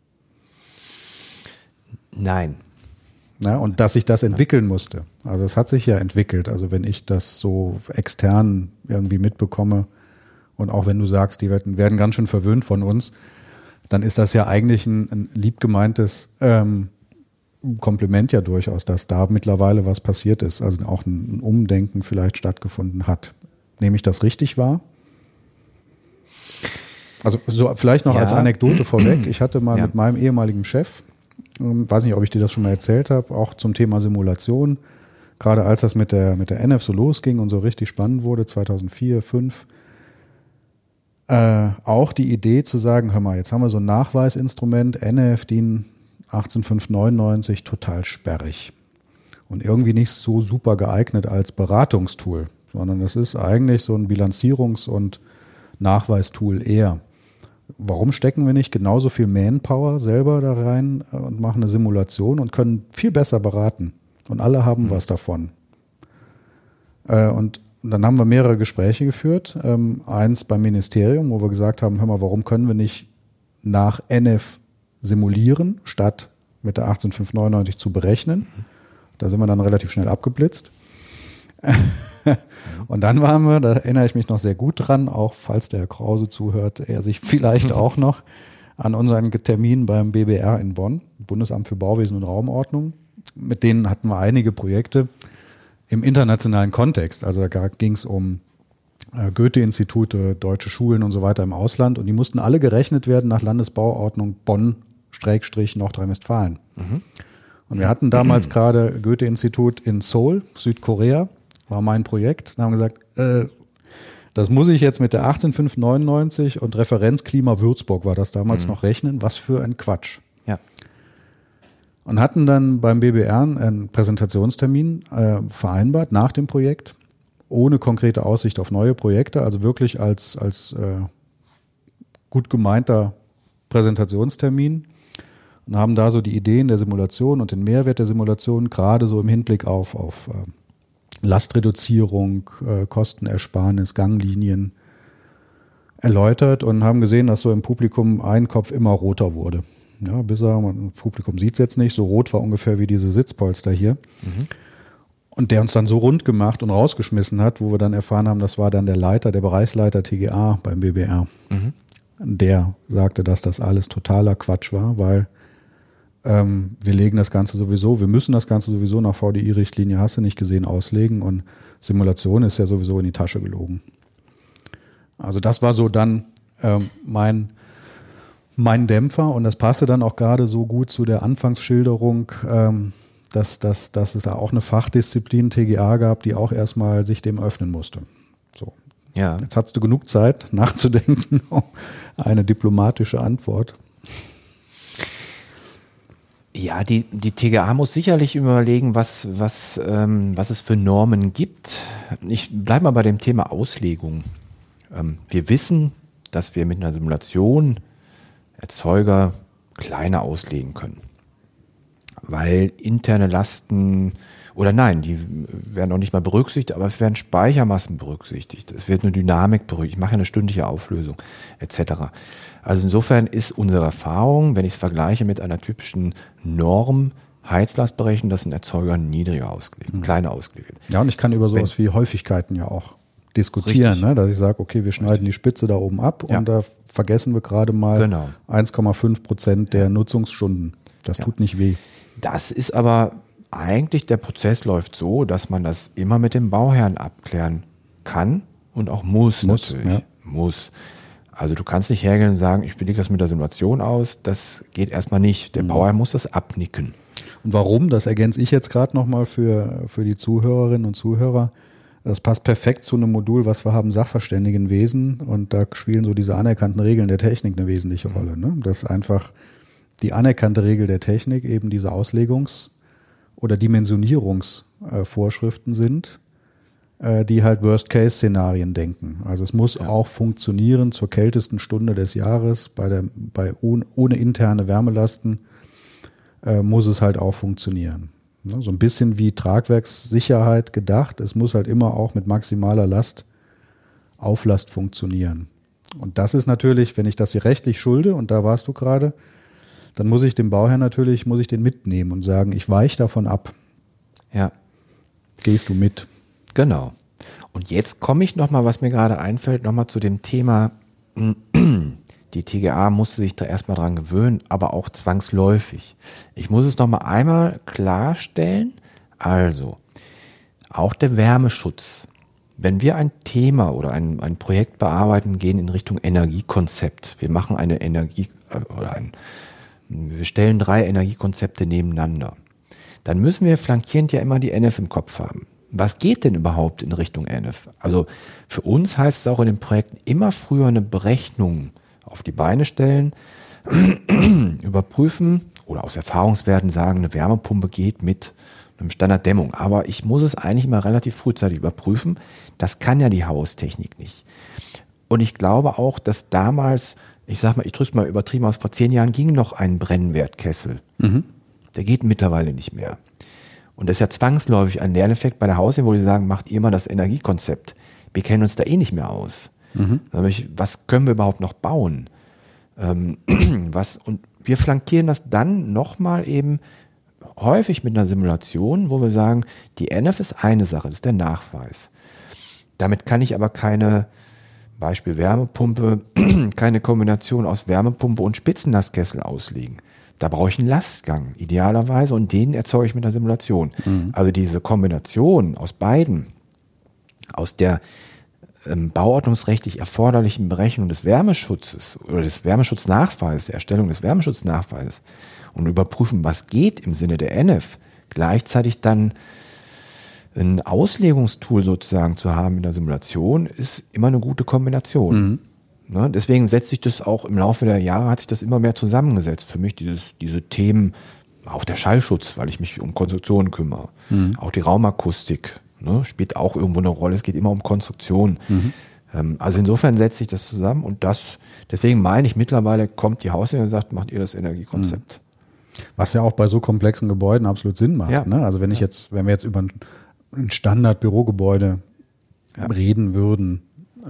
Nein. Ja, und dass sich das entwickeln musste. Also es hat sich ja entwickelt. Also wenn ich das so extern irgendwie mitbekomme und auch wenn du sagst, die werden ganz schön verwöhnt von uns, dann ist das ja eigentlich ein lieb gemeintes Kompliment ja durchaus, dass da mittlerweile was passiert ist. Also auch ein Umdenken vielleicht stattgefunden hat. Nehme ich das richtig wahr? Also so vielleicht noch als Anekdote vorweg. Ich hatte mal mit meinem ehemaligen Chef, weiß nicht, ob ich dir das schon mal erzählt habe, auch zum Thema Simulation, gerade als das mit der NF so losging und so richtig spannend wurde, 2004, 2005, auch die Idee zu sagen, hör mal, jetzt haben wir so ein Nachweisinstrument, NF DIN 18599, total sperrig und irgendwie nicht so super geeignet als Beratungstool, sondern es ist eigentlich so ein Bilanzierungs- und Nachweistool eher. Warum stecken wir nicht genauso viel Manpower selber da rein und machen eine Simulation und können viel besser beraten? Und alle haben was davon. Und dann haben wir mehrere Gespräche geführt. Eins beim Ministerium, wo wir gesagt haben, hör mal, warum können wir nicht nach NF simulieren, statt mit der 18599 zu berechnen? Da sind wir dann relativ schnell abgeblitzt. Und dann waren wir, da erinnere ich mich noch sehr gut dran, auch falls der Herr Krause zuhört, er sich vielleicht auch noch an unseren Termin beim BBR in Bonn, Bundesamt für Bauwesen und Raumordnung. Mit denen hatten wir einige Projekte im internationalen Kontext. Also da ging es um Goethe-Institute, deutsche Schulen und so weiter im Ausland und die mussten alle gerechnet werden nach Landesbauordnung Bonn-Nordrhein-Westfalen. Und wir hatten damals gerade Goethe-Institut in Seoul, Südkorea, war mein Projekt. Da haben wir gesagt, das muss ich jetzt mit der 18599 und Referenzklima Würzburg war das damals noch rechnen. Was für ein Quatsch. Ja. Und hatten dann beim BBR einen Präsentationstermin vereinbart nach dem Projekt, ohne konkrete Aussicht auf neue Projekte, also wirklich als gut gemeinter Präsentationstermin und haben da so die Ideen der Simulation und den Mehrwert der Simulation gerade so im Hinblick auf Lastreduzierung, Kostenersparnis, Ganglinien erläutert und haben gesehen, dass so im Publikum ein Kopf immer roter wurde. Ja, das Publikum sieht es jetzt nicht, so rot war ungefähr wie diese Sitzpolster hier. Und der uns dann so rund gemacht und rausgeschmissen hat, wo wir dann erfahren haben, das war dann der Bereichsleiter TGA beim BBR. Der sagte, dass das alles totaler Quatsch war, weil wir müssen das Ganze sowieso nach VDI-Richtlinie, hast du nicht gesehen, auslegen und Simulation ist ja sowieso in die Tasche gelogen. Also das war so dann mein Dämpfer und das passte dann auch gerade so gut zu der Anfangsschilderung dass es da auch eine Fachdisziplin TGA gab, die auch erstmal sich dem öffnen musste. So. Ja. Jetzt hast du genug Zeit nachzudenken, eine diplomatische Antwort. Ja, die TGA muss sicherlich überlegen, was es für Normen gibt. Ich bleibe mal bei dem Thema Auslegung. Wir wissen, dass wir mit einer Simulation Erzeuger kleiner auslegen können. Weil interne Lasten, oder nein, die werden noch nicht mal berücksichtigt, aber es werden Speichermassen berücksichtigt. Es wird eine Dynamik berücksichtigt. Ich mache eine stündliche Auflösung etc. Also insofern ist unsere Erfahrung, wenn ich es vergleiche mit einer typischen Norm, Heizlastberechnung, dass ein Erzeuger niedriger ausgelegt, kleiner ausgelegt wird. Ja, und ich kann über sowas wie Häufigkeiten ja auch diskutieren, ne? Dass ich sage, okay, wir schneiden die Spitze da oben ab und da vergessen wir gerade mal 1,5% der Nutzungsstunden. Das tut nicht weh. Das ist aber eigentlich, der Prozess läuft so, dass man das immer mit dem Bauherrn abklären kann und auch muss natürlich. Ja. Muss. Also du kannst nicht hergehen und sagen, ich belege das mit der Simulation aus. Das geht erstmal nicht. Der Bauherr muss das abnicken. Und warum? Das ergänze ich jetzt gerade nochmal für die Zuhörerinnen und Zuhörer. Das passt perfekt zu einem Modul, was wir haben, Sachverständigenwesen. Und da spielen so diese anerkannten Regeln der Technik eine wesentliche Rolle. Ne? Dass einfach die anerkannte Regel der Technik eben diese Auslegungs- oder Dimensionierungsvorschriften sind, die halt Worst-Case-Szenarien denken. Also es muss auch funktionieren zur kältesten Stunde des Jahres, ohne interne Wärmelasten muss es halt auch funktionieren. So ein bisschen wie Tragwerkssicherheit gedacht. Es muss halt immer auch mit maximaler Auflast funktionieren. Und das ist natürlich, wenn ich das hier rechtlich schulde, und da warst du gerade, dann muss ich den Bauherrn natürlich, den mitnehmen und sagen, ich weiche davon ab. Ja. Gehst du mit? Genau. Und jetzt komme ich nochmal, was mir gerade einfällt, nochmal zu dem Thema, die TGA musste sich da erstmal dran gewöhnen, aber auch zwangsläufig. Ich muss es nochmal einmal klarstellen. Also, auch der Wärmeschutz. Wenn wir ein Thema oder ein Projekt bearbeiten, gehen in Richtung Energiekonzept. Wir machen wir stellen 3 Energiekonzepte nebeneinander. Dann müssen wir flankierend ja immer die NF im Kopf haben. Was geht denn überhaupt in Richtung NF? Also für uns heißt es auch in den Projekten immer früher eine Berechnung auf die Beine stellen, überprüfen oder aus Erfahrungswerten sagen, eine Wärmepumpe geht mit einem Standarddämmung. Aber ich muss es eigentlich immer relativ frühzeitig überprüfen. Das kann ja die Haustechnik nicht. Und ich glaube auch, dass damals, ich drücke es mal übertrieben aus, vor 10 Jahren ging noch ein Brennwertkessel. Der geht mittlerweile nicht mehr. Und das ist ja zwangsläufig ein Lerneffekt bei der Haustechnik, wo die sagen, macht ihr mal das Energiekonzept. Wir kennen uns da eh nicht mehr aus. Was können wir überhaupt noch bauen? Und wir flankieren das dann nochmal eben häufig mit einer Simulation, wo wir sagen, die NF ist eine Sache, das ist der Nachweis. Damit kann ich aber keine, Beispiel Wärmepumpe, keine Kombination aus Wärmepumpe und Spitzenlastkessel auslegen. Da brauche ich einen Lastgang, idealerweise, und den erzeuge ich mit einer Simulation. Also diese Kombination aus beiden, aus der bauordnungsrechtlich erforderlichen Berechnung des Wärmeschutzes oder des Wärmeschutznachweises, der Erstellung des Wärmeschutznachweises und überprüfen, was geht im Sinne der NF, gleichzeitig dann ein Auslegungstool sozusagen zu haben in der Simulation, ist immer eine gute Kombination. Ne? Deswegen setzt sich das auch im Laufe der Jahre, hat sich das immer mehr zusammengesetzt. Für mich diese Themen, auch der Schallschutz, weil ich mich um Konstruktionen kümmere, auch die Raumakustik, ne, spielt auch irgendwo eine Rolle. Es geht immer um Konstruktion. Also insofern setzt sich das zusammen und deswegen meine ich, mittlerweile kommt die Haustechnik und sagt, macht ihr das Energiekonzept. Was ja auch bei so komplexen Gebäuden absolut Sinn macht. Ja. Ne? Also wenn wir jetzt über ein Standard-Bürogebäude reden würden,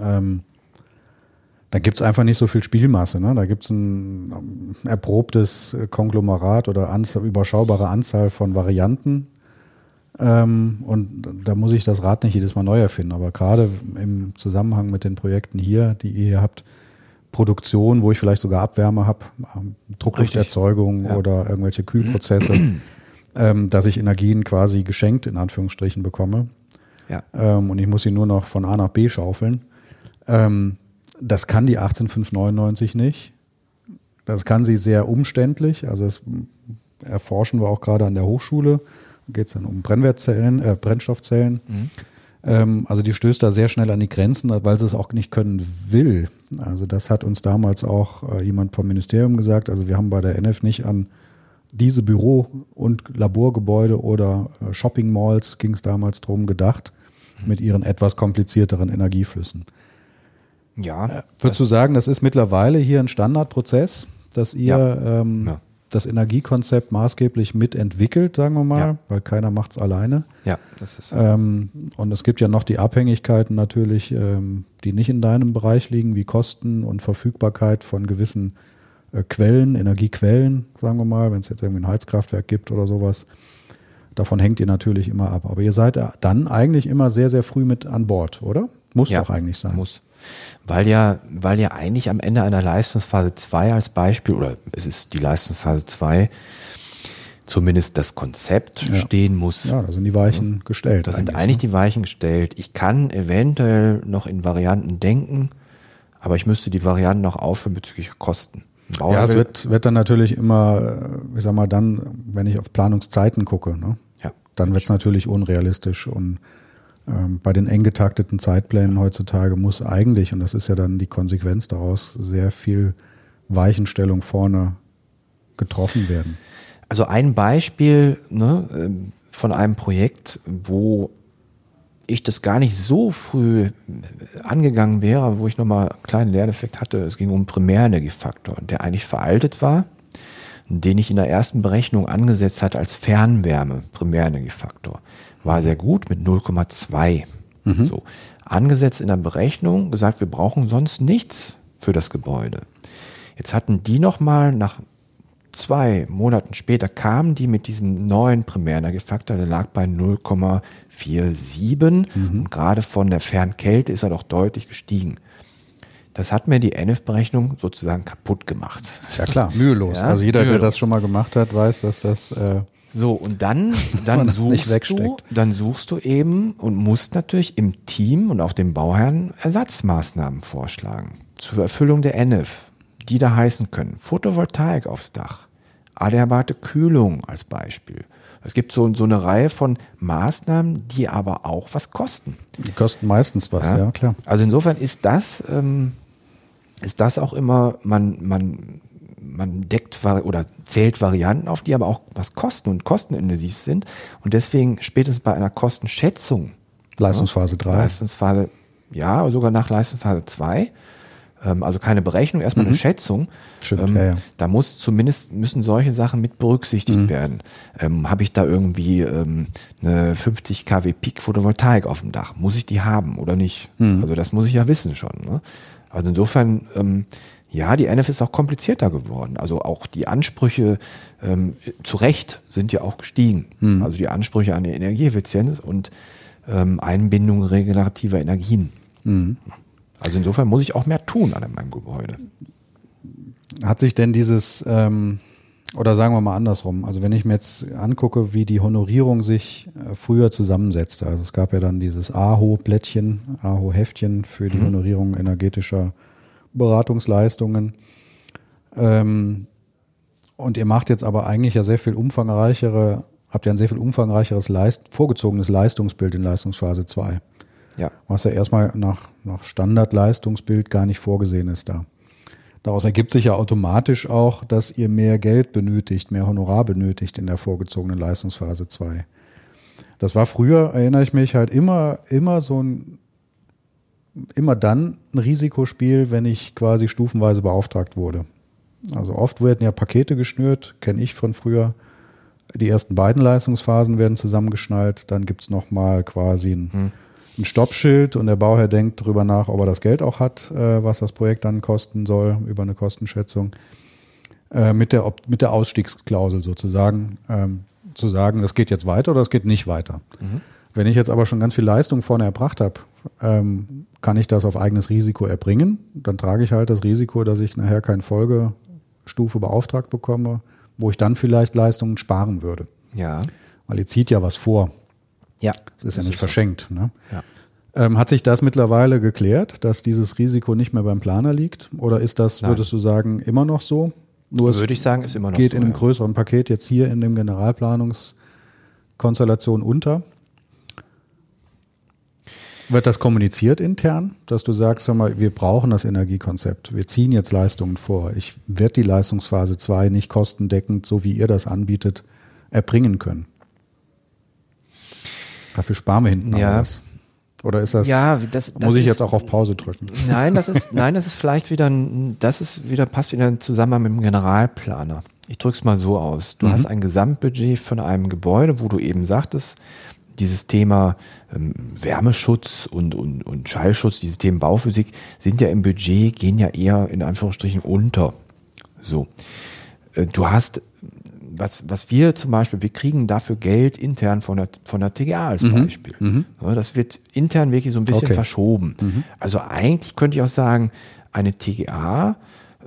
da gibt's einfach nicht so viel Spielmasse. Ne? Da gibt's ein erprobtes Konglomerat oder überschaubare Anzahl von Varianten. Und da muss ich das Rad nicht jedes Mal neu erfinden. Aber gerade im Zusammenhang mit den Projekten hier, die ihr hier habt, Produktion, wo ich vielleicht sogar Abwärme habe, Drucklufterzeugung oder irgendwelche Kühlprozesse, dass ich Energien quasi geschenkt in Anführungsstrichen bekomme. Ja. Und ich muss sie nur noch von A nach B schaufeln. Das kann die 18599 nicht. Das kann sie sehr umständlich. Also das erforschen wir auch gerade an der Hochschule. geht es dann um Brennstoffzellen. Also die stößt da sehr schnell an die Grenzen, weil sie es auch nicht können will. Also das hat uns damals auch jemand vom Ministerium gesagt. Also wir haben bei der NF nicht an diese Büro- und Laborgebäude oder Shopping-Malls, ging es damals drum, gedacht, mit ihren etwas komplizierteren Energieflüssen. Ja. Würdest du sagen, das ist mittlerweile hier ein Standardprozess, dass ihr das Energiekonzept maßgeblich mitentwickelt, sagen wir mal, weil keiner macht es alleine. Ja, das ist so. Und es gibt ja noch die Abhängigkeiten natürlich, die nicht in deinem Bereich liegen, wie Kosten und Verfügbarkeit von gewissen Quellen, Energiequellen, sagen wir mal, wenn es jetzt irgendwie ein Heizkraftwerk gibt oder sowas. Davon hängt ihr natürlich immer ab. Aber ihr seid dann eigentlich immer sehr, sehr früh mit an Bord, oder? Muss doch eigentlich sein. Muss. Weil ja eigentlich am Ende einer Leistungsphase 2 als Beispiel, oder es ist die Leistungsphase 2, zumindest das Konzept stehen muss. Ja, da sind die Weichen gestellt. Da sind eigentlich die Weichen gestellt. Ich kann eventuell noch in Varianten denken, aber ich müsste die Varianten noch aufführen bezüglich Kosten. Ja, es wird dann natürlich immer, ich sag mal dann, wenn ich auf Planungszeiten gucke, ne? Dann wird es natürlich unrealistisch und bei den eng getakteten Zeitplänen heutzutage muss eigentlich, und das ist ja dann die Konsequenz daraus, sehr viel Weichenstellung vorne getroffen werden. Also ein Beispiel von einem Projekt, wo ich das gar nicht so früh angegangen wäre, wo ich nochmal einen kleinen Lerneffekt hatte. Es ging um einen Primärenergiefaktor, der eigentlich veraltet war, den ich in der ersten Berechnung angesetzt hatte als Fernwärme, Primärenergiefaktor. War sehr gut mit 0,2. So. Angesetzt in der Berechnung, gesagt, wir brauchen sonst nichts für das Gebäude. Jetzt hatten die nochmal nach 2 Monaten später kamen die mit diesem neuen Primärenergiefaktor, der lag bei 0,47 und gerade von der Fernkälte ist er doch deutlich gestiegen. Das hat mir die NF-Berechnung sozusagen kaputt gemacht. Ja klar, mühelos. Ja, also jeder, der das schon mal gemacht hat, weiß, dass das so, und dann suchst du eben und musst natürlich im Team und auch dem Bauherrn Ersatzmaßnahmen vorschlagen zur Erfüllung der NF, die da heißen können. Photovoltaik aufs Dach, adäquate Kühlung als Beispiel. Es gibt so eine Reihe von Maßnahmen, die aber auch was kosten. Die kosten meistens was, ja klar. Also insofern ist das auch immer, man deckt oder zählt Varianten auf, die aber auch was kosten und kostenintensiv sind. Und deswegen spätestens bei einer Kostenschätzung. Leistungsphase 3. Leistungsphase, ja, sogar nach Leistungsphase 2. Also keine Berechnung, erstmal eine Schätzung. Stimmt, Da müssen solche Sachen mit berücksichtigt werden. Habe ich da irgendwie eine 50 kW Peak Photovoltaik auf dem Dach? Muss ich die haben oder nicht? Also das muss ich ja wissen schon. Ne? Also insofern, die NF ist auch komplizierter geworden. Also auch die Ansprüche zu Recht sind ja auch gestiegen. Also die Ansprüche an die Energieeffizienz und Einbindung regenerativer Energien. Also insofern muss ich auch mehr tun an meinem Gebäude. Hat sich denn dieses, oder sagen wir mal andersrum, also wenn ich mir jetzt angucke, wie die Honorierung sich früher zusammensetzte, also es gab ja dann dieses AHO-Blättchen, AHO-Heftchen für die Honorierung energetischer Beratungsleistungen. Und ihr macht jetzt aber eigentlich ja habt ihr ein sehr viel umfangreicheres vorgezogenes Leistungsbild in Leistungsphase 2. Ja. Was ja erstmal nach Standardleistungsbild gar nicht vorgesehen ist da. Daraus ergibt sich ja automatisch auch, dass ihr mehr Geld benötigt, mehr Honorar benötigt in der vorgezogenen Leistungsphase 2. Das war früher, erinnere ich mich, halt immer dann ein Risikospiel, wenn ich quasi stufenweise beauftragt wurde. Also oft werden ja Pakete geschnürt, kenne ich von früher. Die ersten beiden Leistungsphasen werden zusammengeschnallt, dann gibt's nochmal quasi ein Stoppschild und der Bauherr denkt darüber nach, ob er das Geld auch hat, was das Projekt dann kosten soll, über eine Kostenschätzung, mit der Ausstiegsklausel sozusagen, zu sagen, das geht jetzt weiter oder das geht nicht weiter. Wenn ich jetzt aber schon ganz viel Leistung vorne erbracht habe, kann ich das auf eigenes Risiko erbringen. Dann trage ich halt das Risiko, dass ich nachher keine Folgestufe beauftragt bekomme, wo ich dann vielleicht Leistungen sparen würde. Ja. Weil ihr zieht ja was vor. Ja. Das ist ja nicht verschenkt. Ne? Ja. Hat sich das mittlerweile geklärt, dass dieses Risiko nicht mehr beim Planer liegt? Oder ist das, würdest du sagen, immer noch so? Nur würde ich sagen, ist immer noch geht so, in einem größeren Paket jetzt hier in dem Generalplanungsgesetz Konstellation unter? Wird das kommuniziert intern, dass du sagst, hör mal, wir brauchen das Energiekonzept, wir ziehen jetzt Leistungen vor, ich werde die Leistungsphase 2 nicht kostendeckend, so wie ihr das anbietet, erbringen können? Dafür sparen wir hinten alles. Oder ist das, muss ich jetzt auch auf Pause drücken? Nein, das ist vielleicht wieder, passt wieder in Zusammenhang mit dem Generalplaner. Ich drücke es mal so aus. Du hast ein Gesamtbudget von einem Gebäude, wo du eben sagtest, dieses Thema Wärmeschutz und Schallschutz, dieses Thema Bauphysik sind ja im Budget, gehen ja eher in Anführungsstrichen unter. So. Du hast, was wir zum Beispiel, wir kriegen dafür Geld intern von der TGA als Beispiel. Ja, das wird intern wirklich so ein bisschen verschoben. Also eigentlich könnte ich auch sagen, eine TGA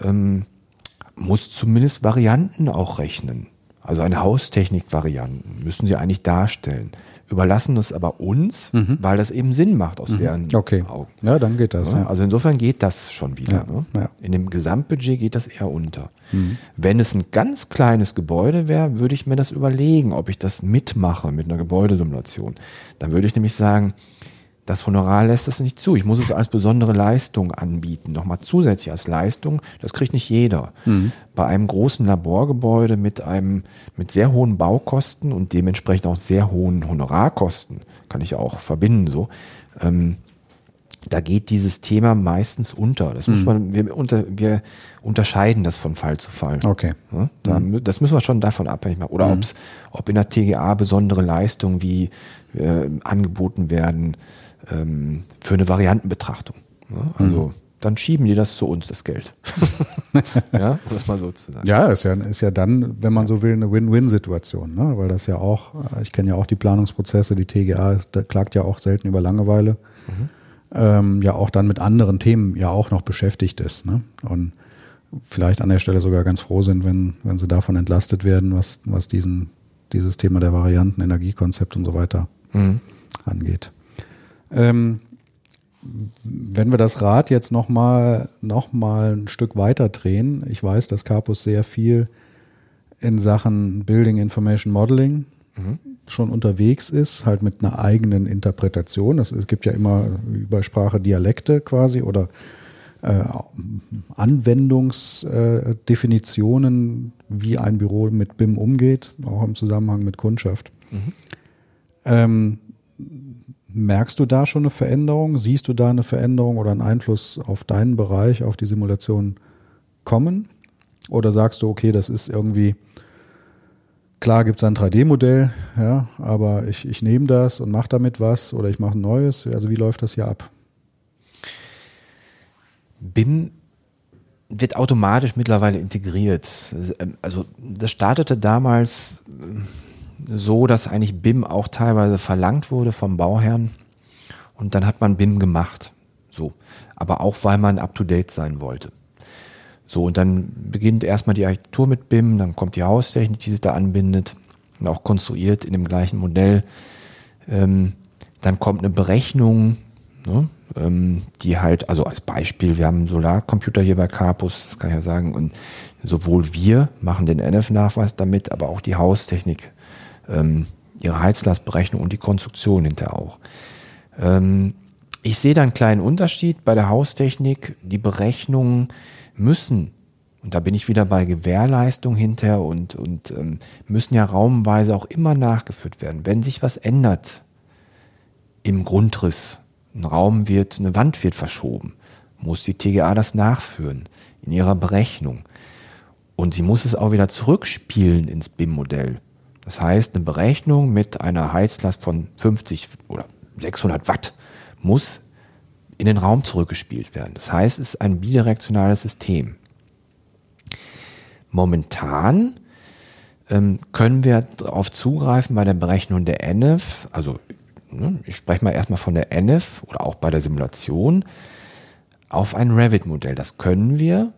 muss zumindest Varianten auch rechnen. Also eine Haustechnik-Varianten müssen sie eigentlich darstellen. Überlassen es aber uns, weil das eben Sinn macht aus deren Augen. Ja, dann geht das. Ja, also insofern geht das schon wieder. Ja, Ne? ja. In dem Gesamtbudget geht das eher unter. Wenn es ein ganz kleines Gebäude wäre, würde ich mir das überlegen, ob ich das mitmache mit einer Gebäudesimulation. Dann würde ich nämlich sagen, das Honorar lässt es nicht zu. Ich muss es als besondere Leistung anbieten. Nochmal zusätzlich als Leistung. Das kriegt nicht jeder. Bei einem großen Laborgebäude mit sehr hohen Baukosten und dementsprechend auch sehr hohen Honorarkosten, kann ich auch verbinden so, da geht dieses Thema meistens unter. Das muss wir unterscheiden das von Fall zu Fall. Okay. Ja, das müssen wir schon davon abhängig machen. Oder ob in der TGA besondere Leistungen wie angeboten werden, für eine Variantenbetrachtung. Ja, also dann schieben die das zu uns, das Geld. Ja, um das mal so zu sagen. Ja, ist ja dann, wenn man so will, eine Win-Win-Situation, ne? Weil das ja auch, ich kenne ja auch die Planungsprozesse, die TGA klagt ja auch selten über Langeweile, ja auch dann mit anderen Themen ja auch noch beschäftigt ist, ne? Und vielleicht an der Stelle sogar ganz froh sind, wenn sie davon entlastet werden, was dieses Thema der Varianten, Energiekonzept und so weiter angeht. Wenn wir das Rad jetzt noch mal ein Stück weiter drehen, ich weiß, dass Carpus sehr viel in Sachen Building Information Modeling schon unterwegs ist, halt mit einer eigenen Interpretation. Es gibt ja immer über Sprache Dialekte quasi oder Anwendungsdefinitionen, wie ein Büro mit BIM umgeht, auch im Zusammenhang mit Kundschaft. Merkst du da schon eine Veränderung? Siehst du da eine Veränderung oder einen Einfluss auf deinen Bereich, auf die Simulation kommen? Oder sagst du, okay, das ist irgendwie, klar gibt es ein 3D-Modell, ja, aber ich nehme das und mache damit was oder ich mache ein neues. Also wie läuft das hier ab? BIM wird automatisch mittlerweile integriert. Also das startete damals so, dass eigentlich BIM auch teilweise verlangt wurde vom Bauherrn und dann hat man BIM gemacht. So. Aber auch, weil man up-to-date sein wollte. So, und dann beginnt erstmal die Architektur mit BIM, dann kommt die Haustechnik, die sich da anbindet und auch konstruiert in dem gleichen Modell. Dann kommt eine Berechnung, ne, die halt, also als Beispiel, wir haben einen Solarcomputer hier bei Carpus, das kann ich ja sagen, und sowohl wir machen den NF-Nachweis damit, aber auch die Haustechnik, ihre Heizlastberechnung und die Konstruktion hinterher auch. Ich sehe da einen kleinen Unterschied bei der Haustechnik. Die Berechnungen müssen, und da bin ich wieder bei Gewährleistung hinterher und müssen ja raumweise auch immer nachgeführt werden. Wenn sich was ändert im Grundriss, eine Wand wird verschoben, muss die TGA das nachführen in ihrer Berechnung. Und sie muss es auch wieder zurückspielen ins BIM-Modell. Das heißt, eine Berechnung mit einer Heizlast von 50 oder 600 Watt muss in den Raum zurückgespielt werden. Das heißt, es ist ein bidirektionales System. Momentan können wir darauf zugreifen bei der Berechnung der NF, also ich spreche mal erstmal von der NF oder auch bei der Simulation, auf ein Revit-Modell. Das können wir.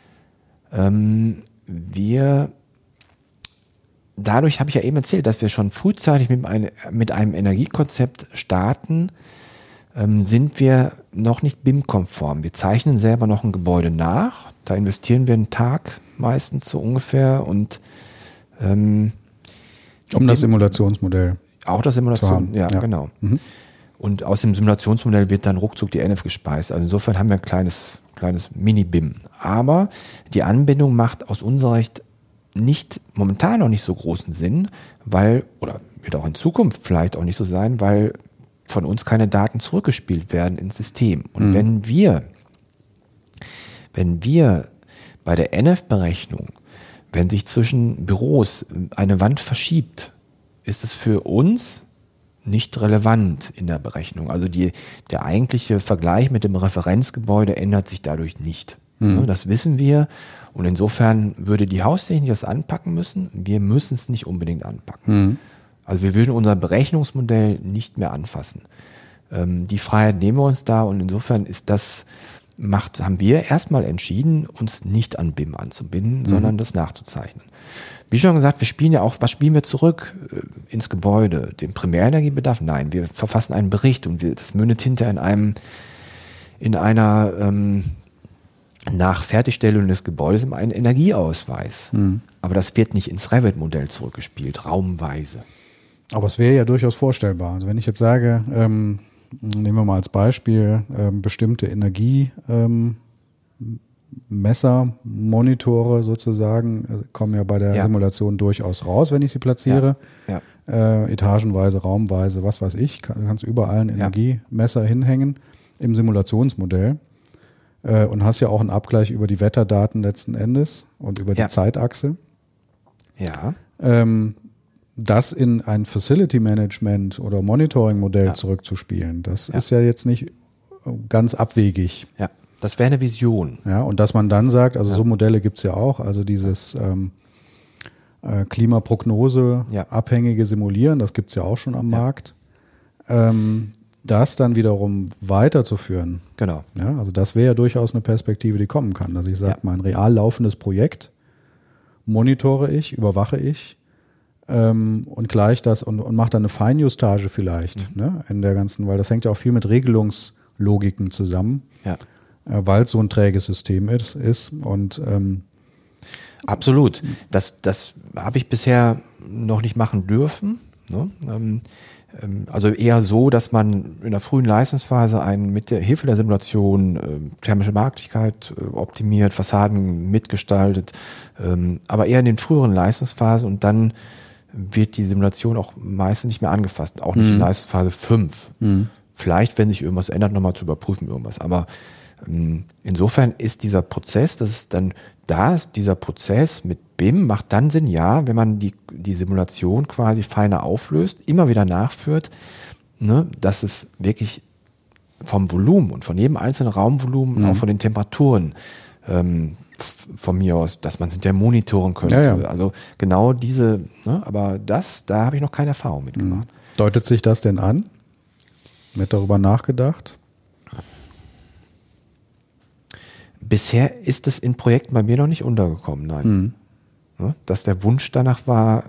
Dadurch habe ich ja eben erzählt, dass wir schon frühzeitig mit einem Energiekonzept starten, sind wir noch nicht BIM-konform. Wir zeichnen selber noch ein Gebäude nach. Da investieren wir einen Tag meistens so ungefähr und um das Simulationsmodell Auch das Simulation, ja, ja, genau. Und aus dem Simulationsmodell wird dann ruckzuck die NF gespeist. Also insofern haben wir ein kleines Mini-BIM. Aber die Anbindung macht aus unserer Sicht momentan noch nicht so großen Sinn, oder wird auch in Zukunft vielleicht auch nicht so sein, weil von uns keine Daten zurückgespielt werden ins System. Und wenn wir bei der NF-Berechnung, wenn sich zwischen Büros eine Wand verschiebt, ist es für uns nicht relevant in der Berechnung. Also der eigentliche Vergleich mit dem Referenzgebäude ändert sich dadurch nicht. Das wissen wir. Und insofern würde die Haustechnik das anpacken müssen. Wir müssen es nicht unbedingt anpacken. Also wir würden unser Berechnungsmodell nicht mehr anfassen. Die Freiheit nehmen wir uns da und insofern haben wir erstmal entschieden, uns nicht an BIM anzubinden, sondern das nachzuzeichnen. Wie schon gesagt, wir spielen ja auch, was spielen wir zurück ins Gebäude? Den Primärenergiebedarf? Nein, wir verfassen einen Bericht und das mündet hinterher in einer nach Fertigstellung des Gebäudes in einen Energieausweis. Aber das wird nicht ins Revit-Modell zurückgespielt, raumweise. Aber es wäre ja durchaus vorstellbar. Also wenn ich jetzt sage, nehmen wir mal als Beispiel bestimmte Energiemesser-Monitore sozusagen, kommen ja bei der Simulation durchaus raus, wenn ich sie platziere. Ja. Etagenweise, raumweise, was weiß ich, kannst überall ein Energiemesser hinhängen im Simulationsmodell. Und hast ja auch einen Abgleich über die Wetterdaten letzten Endes und über die Zeitachse. Ja. Das in ein Facility Management oder Monitoring Modell zurückzuspielen, das ist ja jetzt nicht ganz abwegig. Ja, das wäre eine Vision. Ja, und dass man dann sagt, also so Modelle gibt's ja auch, also dieses Klimaprognose abhängige Simulieren, das gibt's ja auch schon am Markt. Das dann wiederum weiterzuführen. Genau. Ja, also das wäre ja durchaus eine Perspektive, die kommen kann, dass ich sage, mein real laufendes Projekt monitore ich, überwache ich und gleich das und mache dann eine Feinjustage vielleicht in der ganzen, weil das hängt ja auch viel mit Regelungslogiken zusammen, weil es so ein träges System ist und absolut. Das habe ich bisher noch nicht machen dürfen. Ne? Also eher so, dass man in der frühen Leistungsphase mit der Hilfe der Simulation thermische Marktlichkeit optimiert, Fassaden mitgestaltet, aber eher in den früheren Leistungsphasen und dann wird die Simulation auch meistens nicht mehr angefasst, auch nicht in Leistungsphase 5. Vielleicht, wenn sich irgendwas ändert, nochmal zu überprüfen irgendwas, aber insofern ist dieser Prozess, dieser Prozess mit BIM macht dann Sinn, wenn man die Simulation quasi feiner auflöst, immer wieder nachführt, ne, dass es wirklich vom Volumen und von jedem einzelnen Raumvolumen, auch von den Temperaturen, von mir aus, dass man es hinterher monitoren könnte. Ja. Also genau diese, aber da habe ich noch keine Erfahrung mitgemacht. Deutet sich das denn an? Wird darüber nachgedacht? Bisher ist es in Projekten bei mir noch nicht untergekommen, nein. Dass der Wunsch danach war,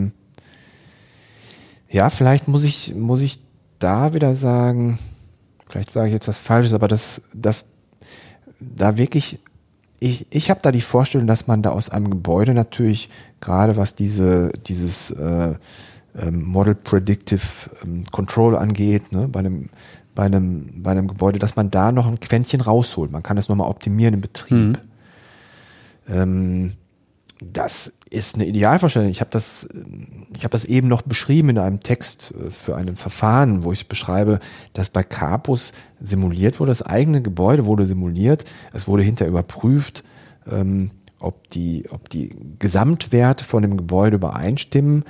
vielleicht muss ich da wieder sagen, vielleicht sage ich jetzt was Falsches, aber dass da wirklich, ich habe da die Vorstellung, dass man da aus einem Gebäude natürlich, gerade was dieses Model Predictive Control angeht, ne, bei einem Gebäude, dass man da noch ein Quäntchen rausholt. Man kann es nochmal optimieren im Betrieb. Das ist eine Idealvorstellung. Ich habe das eben noch beschrieben in einem Text für ein Verfahren, wo ich beschreibe, dass bei Carpus simuliert wurde. Das eigene Gebäude wurde simuliert. Es wurde hinterher überprüft, ob die Gesamtwerte von dem Gebäude übereinstimmen.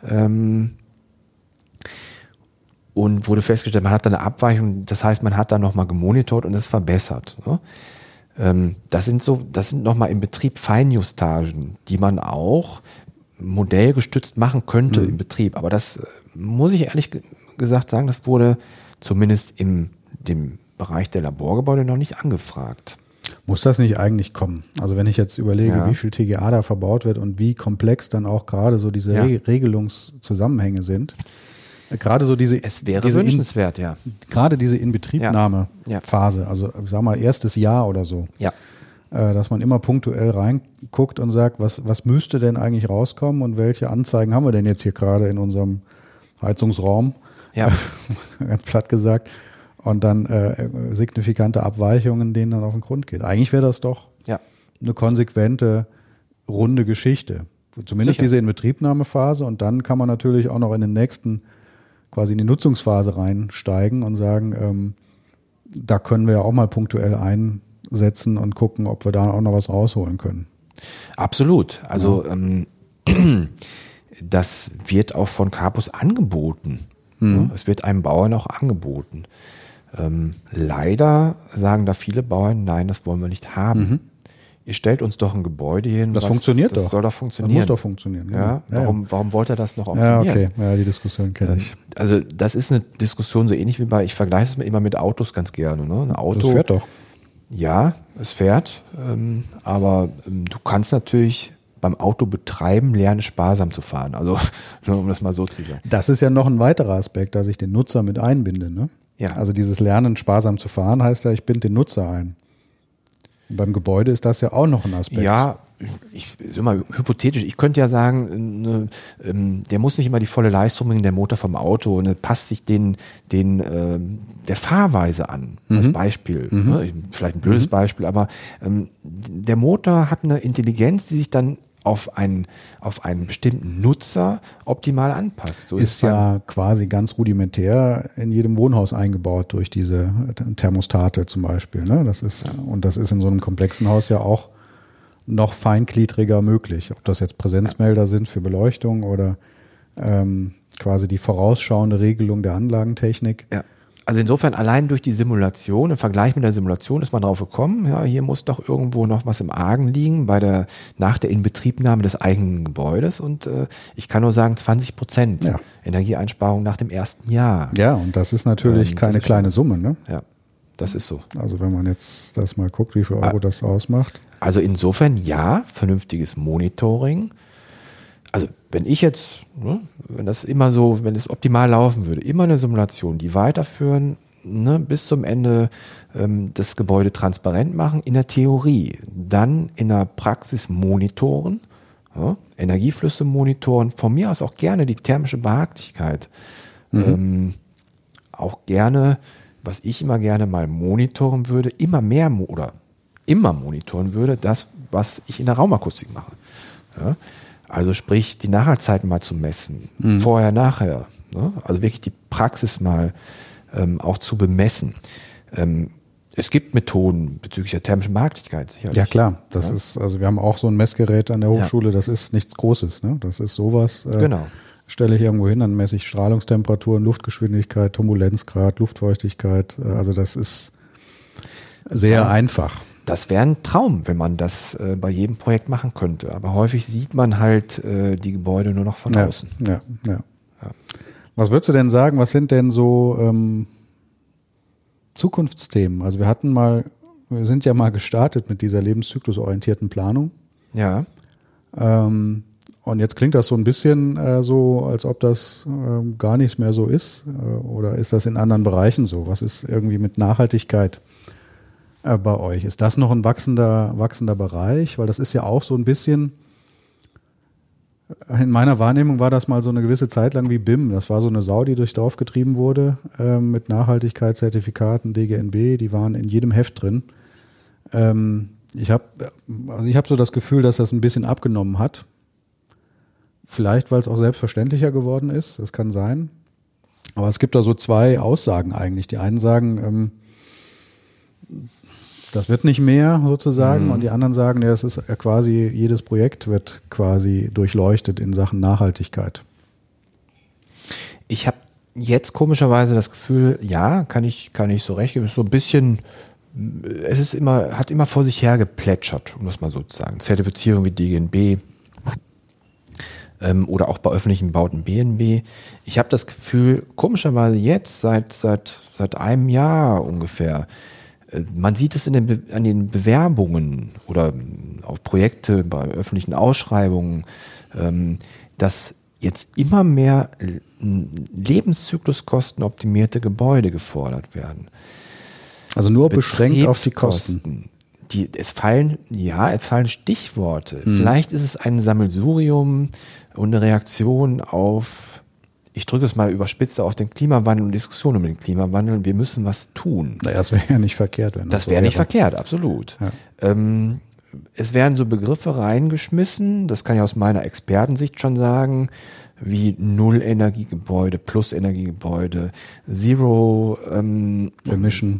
Und wurde festgestellt, man hat da eine Abweichung, das heißt, man hat da nochmal gemonitort und es verbessert. Ne? Das sind nochmal im Betrieb Feinjustagen, die man auch modellgestützt machen könnte im Betrieb. Aber das muss ich ehrlich gesagt sagen, das wurde zumindest in dem Bereich der Laborgebäude noch nicht angefragt. Muss das nicht eigentlich kommen? Also wenn ich jetzt überlege, wie viel TGA da verbaut wird und wie komplex dann auch gerade so diese Regelungszusammenhänge sind. Gerade so es wäre wünschenswert, gerade diese Inbetriebnahmephase, also sag mal erstes Jahr oder so, dass man immer punktuell reinguckt und sagt, was müsste denn eigentlich rauskommen und welche Anzeigen haben wir denn jetzt hier gerade in unserem Heizungsraum, Ja. ganz platt gesagt, und dann signifikante Abweichungen, denen dann auf den Grund geht. Eigentlich wäre das doch Ja. eine konsequente, runde Geschichte. Zumindest Sicher. diese Inbetriebnahmephase, und dann kann man natürlich auch noch in den nächsten, quasi in die Nutzungsphase reinsteigen und sagen, da können wir ja auch mal punktuell einsetzen und gucken, ob wir da auch noch was rausholen können. Absolut. Also das wird auch von Capus angeboten. Ja, es wird einem Bauern auch angeboten. Leider sagen da viele Bauern, nein, das wollen wir nicht haben. Ihr stellt uns doch ein Gebäude hin. Das funktioniert doch. Das soll doch funktionieren. Das muss doch funktionieren. Ja, genau. warum wollt ihr das noch Ja, optimieren? okay. Ja, die Diskussion kenne ich. Also das ist eine Diskussion so ähnlich wie ich vergleiche es immer mit Autos ganz gerne. Ne? Ein Auto, Das fährt doch. ja, es fährt, aber du kannst natürlich beim Auto betreiben lernen, sparsam zu fahren. Also nur um das mal so zu sagen. Das ist ja noch ein weiterer Aspekt, dass ich den Nutzer mit einbinde. Ne? Ja. Also dieses Lernen, sparsam zu fahren, heißt ja, ich binde den Nutzer ein. Und beim Gebäude ist das ja auch noch ein Aspekt. Ja, ist immer hypothetisch. Ich könnte ja sagen, der muss nicht immer die volle Leistung bringen, der Motor vom Auto, und passt sich der Fahrweise an, als Beispiel. Ne? Vielleicht ein blödes Beispiel, aber der Motor hat eine Intelligenz, die sich dann auf einen bestimmten Nutzer optimal anpasst. So Ist ja quasi ganz rudimentär in jedem Wohnhaus eingebaut durch diese Thermostate zum Beispiel. Ne? Und das ist in so einem komplexen Haus ja auch noch feingliedriger möglich. Ob das jetzt Präsenzmelder sind für Beleuchtung oder quasi die vorausschauende Regelung der Anlagentechnik. Ja. Also insofern allein durch die Simulation, im Vergleich mit der Simulation ist man drauf gekommen, ja, hier muss doch irgendwo noch was im Argen liegen nach der Inbetriebnahme des eigenen Gebäudes, und ich kann nur sagen 20% Ja. Energieeinsparung nach dem ersten Jahr. Ja, und das ist natürlich Das keine ist kleine Summe. Ne? Ja, das ist so. Also wenn man jetzt das mal guckt, wie viel Euro das ausmacht. Also insofern ja, vernünftiges Monitoring. Also wenn ich jetzt, wenn es optimal laufen würde, immer eine Simulation, die weiterführen, bis zum Ende das Gebäude transparent machen, in der Theorie, dann in der Praxis monitoren, Energieflüsse monitoren, von mir aus auch gerne die thermische Behaglichkeit, auch gerne, was ich immer gerne mal monitoren würde, immer monitoren würde, das, was ich in der Raumakustik mache. Ja? Also sprich, die Nachhaltigkeit mal zu messen, vorher, nachher. Ne? Also wirklich die Praxis mal auch zu bemessen. Es gibt Methoden bezüglich der thermischen Behaglichkeit, sicherlich. Ja klar, das ist, also wir haben auch so ein Messgerät an der Hochschule, das ist nichts Großes. Ne? Das ist sowas, Genau. stelle ich irgendwo hin, dann messe ich Strahlungstemperaturen, Luftgeschwindigkeit, Turbulenzgrad, Luftfeuchtigkeit. Also das ist sehr einfach. Das wäre ein Traum, wenn man das bei jedem Projekt machen könnte. Aber häufig sieht man halt die Gebäude nur noch von außen. Ja. Was würdest du denn sagen, was sind denn so Zukunftsthemen? Also wir sind ja mal gestartet mit dieser lebenszyklusorientierten Planung. Ja. Und jetzt klingt das so ein bisschen so, als ob das gar nichts mehr so ist. Oder ist das in anderen Bereichen so? Was ist irgendwie mit Nachhaltigkeit bei euch? Ist das noch ein wachsender Bereich? Weil das ist ja auch so ein bisschen, in meiner Wahrnehmung war das mal so eine gewisse Zeit lang wie BIM. Das war so eine Sau, die durchs Dorf getrieben wurde mit Nachhaltigkeitszertifikaten, DGNB, die waren in jedem Heft drin. Ich hab so das Gefühl, dass das ein bisschen abgenommen hat. Vielleicht, weil es auch selbstverständlicher geworden ist. Das kann sein. Aber es gibt da so zwei Aussagen eigentlich. Die einen sagen, das wird nicht mehr sozusagen, und die anderen sagen, ja, es ist quasi, jedes Projekt wird quasi durchleuchtet in Sachen Nachhaltigkeit. Ich habe jetzt komischerweise das Gefühl, ja, kann ich so recht geben, so ein bisschen, hat immer vor sich her geplätschert, um das mal so zu sagen. Zertifizierung wie DGNB oder auch bei öffentlichen Bauten BNB. Ich habe das Gefühl, komischerweise jetzt seit einem Jahr ungefähr, man sieht es an den Bewerbungen oder auch Projekte bei öffentlichen Ausschreibungen, dass jetzt immer mehr lebenszykluskostenoptimierte Gebäude gefordert werden. Also nur beschränkt auf die Kosten. Es fallen Stichworte. Vielleicht ist es ein Sammelsurium und eine Reaktion auf ich drücke es mal überspitzt auf den Klimawandel und Diskussionen um den Klimawandel. Wir müssen was tun. Naja, das wäre ja nicht verkehrt. Wenn das wäre nicht verkehrt, absolut. Ja. Es werden so Begriffe reingeschmissen, das kann ich aus meiner Expertensicht schon sagen, wie Null-Energiegebäude, Plus-Energiegebäude, Zero Emission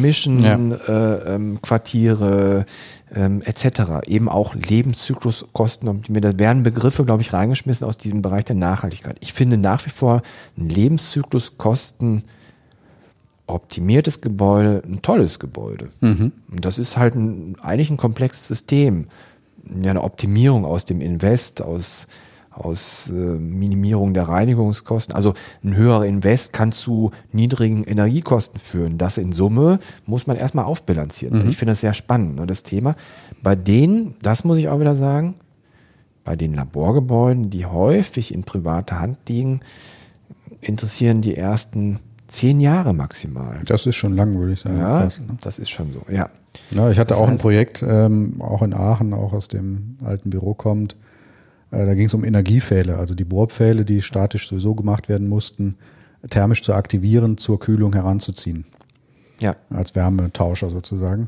Quartiere etc. Eben auch Lebenszykluskosten. Da werden Begriffe, glaube ich, reingeschmissen aus diesem Bereich der Nachhaltigkeit. Ich finde nach wie vor ein Lebenszykluskosten optimiertes Gebäude ein tolles Gebäude. Und das ist halt eigentlich ein komplexes System. Ja, eine Optimierung aus dem Invest, aus Minimierung der Reinigungskosten. Also ein höherer Invest kann zu niedrigen Energiekosten führen. Das in Summe muss man erstmal aufbilanzieren. Ich finde das sehr spannend, das Thema. Bei denen, das muss ich auch wieder sagen, bei den Laborgebäuden, die häufig in privater Hand liegen, interessieren die ersten 10 Jahre maximal. Das ist schon lang, würde ich sagen. Ja, fast, ne? Das ist schon so, ja. Ja, ich hatte das auch ein Projekt, auch in Aachen, auch aus dem alten Büro kommt. Da ging es um Energiepfähle, also die Bohrpfähle, die statisch sowieso gemacht werden mussten, thermisch zu aktivieren, zur Kühlung heranzuziehen. Ja. Als Wärmetauscher sozusagen.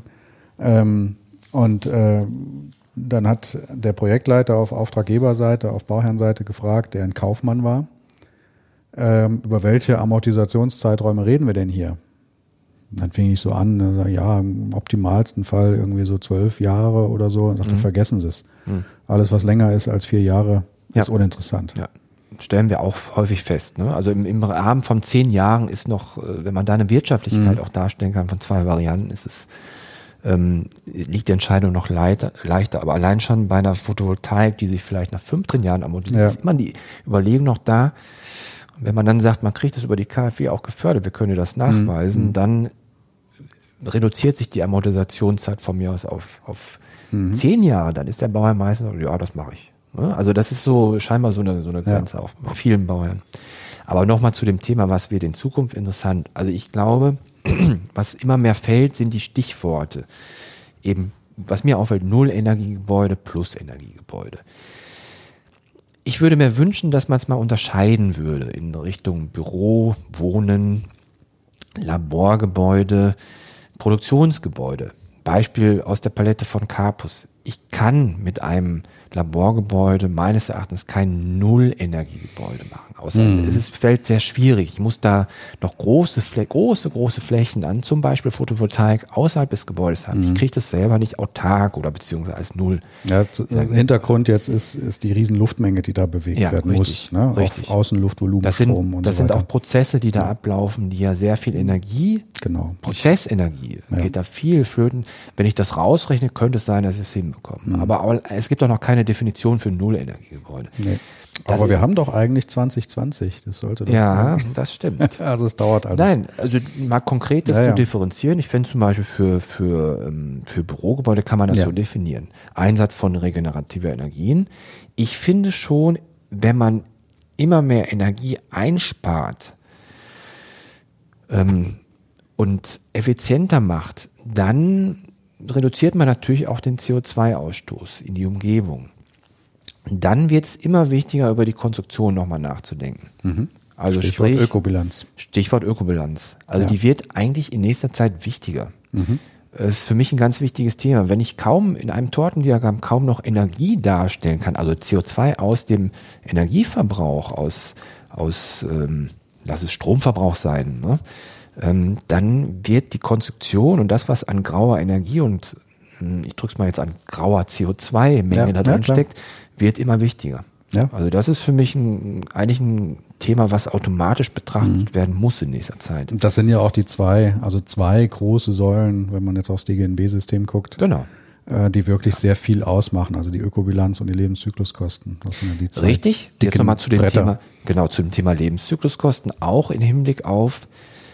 Und dann hat der Projektleiter auf Auftraggeberseite, auf Bauherrenseite gefragt, der ein Kaufmann war, über welche Amortisationszeiträume reden wir denn hier? Dann fing ich so an, sag, ja, im optimalsten Fall irgendwie so 12 Jahre oder so. Und sagte, vergessen Sie es. Alles, was länger ist als 4 Jahre, ist uninteressant. Ja, stellen wir auch häufig fest. Ne? Also im Rahmen von 10 Jahren ist noch, wenn man da eine Wirtschaftlichkeit auch darstellen kann von 2 Varianten, ist es, liegt die Entscheidung noch leichter. Aber allein schon bei einer Photovoltaik, die sich vielleicht nach 15 Jahren amortisiert, ist immer die Überlegung noch da. Wenn man dann sagt, man kriegt es über die KfW auch gefördert, wir können das nachweisen, dann reduziert sich die Amortisationszeit von mir aus auf 10 Jahre, dann ist der Bauherr meistens, ja, das mache ich. Also das ist so scheinbar so eine Grenze auch bei vielen Bauherren. Aber nochmal zu dem Thema, was wird in Zukunft interessant. Also ich glaube, was immer mehr fällt, sind die Stichworte. Eben, was mir auffällt, Null-Energiegebäude, Plus-Energiegebäude. Ich würde mir wünschen, dass man es mal unterscheiden würde in Richtung Büro, Wohnen, Laborgebäude, Produktionsgebäude. Beispiel aus der Palette von Carpus. Ich kann mit einem Laborgebäude meines Erachtens kein Null-Energiegebäude machen. Außer es fällt sehr schwierig. Ich muss da noch große Flächen an, zum Beispiel Photovoltaik außerhalb des Gebäudes haben. Ich kriege das selber nicht autark oder beziehungsweise als Null. Ja, Hintergrund jetzt ist die riesen Luftmenge, die da bewegt werden muss. Ne? Richtig. Auf Außenluftvolumen, das Strom sind, und so weiter. Das sind auch Prozesse, die da ablaufen, die ja sehr viel Energie, Prozessenergie, geht da viel flöten. Wenn ich das rausrechne, könnte es sein, dass ich es hinbekomme. Aber es gibt auch noch keine Definition für Null-Energiegebäude. Nee. Aber wir haben doch eigentlich 2020, das sollte doch. Ja, das stimmt. Also es dauert alles. Nein, also mal konkret das zu differenzieren. Ich finde zum Beispiel für Bürogebäude kann man das so definieren. Einsatz von regenerativer Energien. Ich finde schon, wenn man immer mehr Energie einspart und effizienter macht, dann reduziert man natürlich auch den CO2-Ausstoß in die Umgebung. Dann wird es immer wichtiger, über die Konstruktion nochmal nachzudenken. Also Stichwort Ökobilanz. Stichwort Ökobilanz. Also die wird eigentlich in nächster Zeit wichtiger. Das ist für mich ein ganz wichtiges Thema. Wenn ich in einem Tortendiagramm kaum noch Energie darstellen kann, also CO2 aus dem Energieverbrauch, lass es Stromverbrauch sein, ne? Dann wird die Konstruktion und das, was an grauer Energie und ich drücke es mal jetzt an grauer CO2-Menge da drin steckt, wird immer wichtiger. Ja. Also das ist für mich eigentlich ein Thema, was automatisch betrachtet werden muss in nächster Zeit. Das sind ja auch die zwei große Säulen, wenn man jetzt aufs DGNB-System guckt. Genau. Die wirklich sehr viel ausmachen, also die Ökobilanz und die Lebenszykluskosten. Das sind ja die zwei. Richtig. Jetzt nochmal zu dem Thema Lebenszykluskosten, auch im Hinblick auf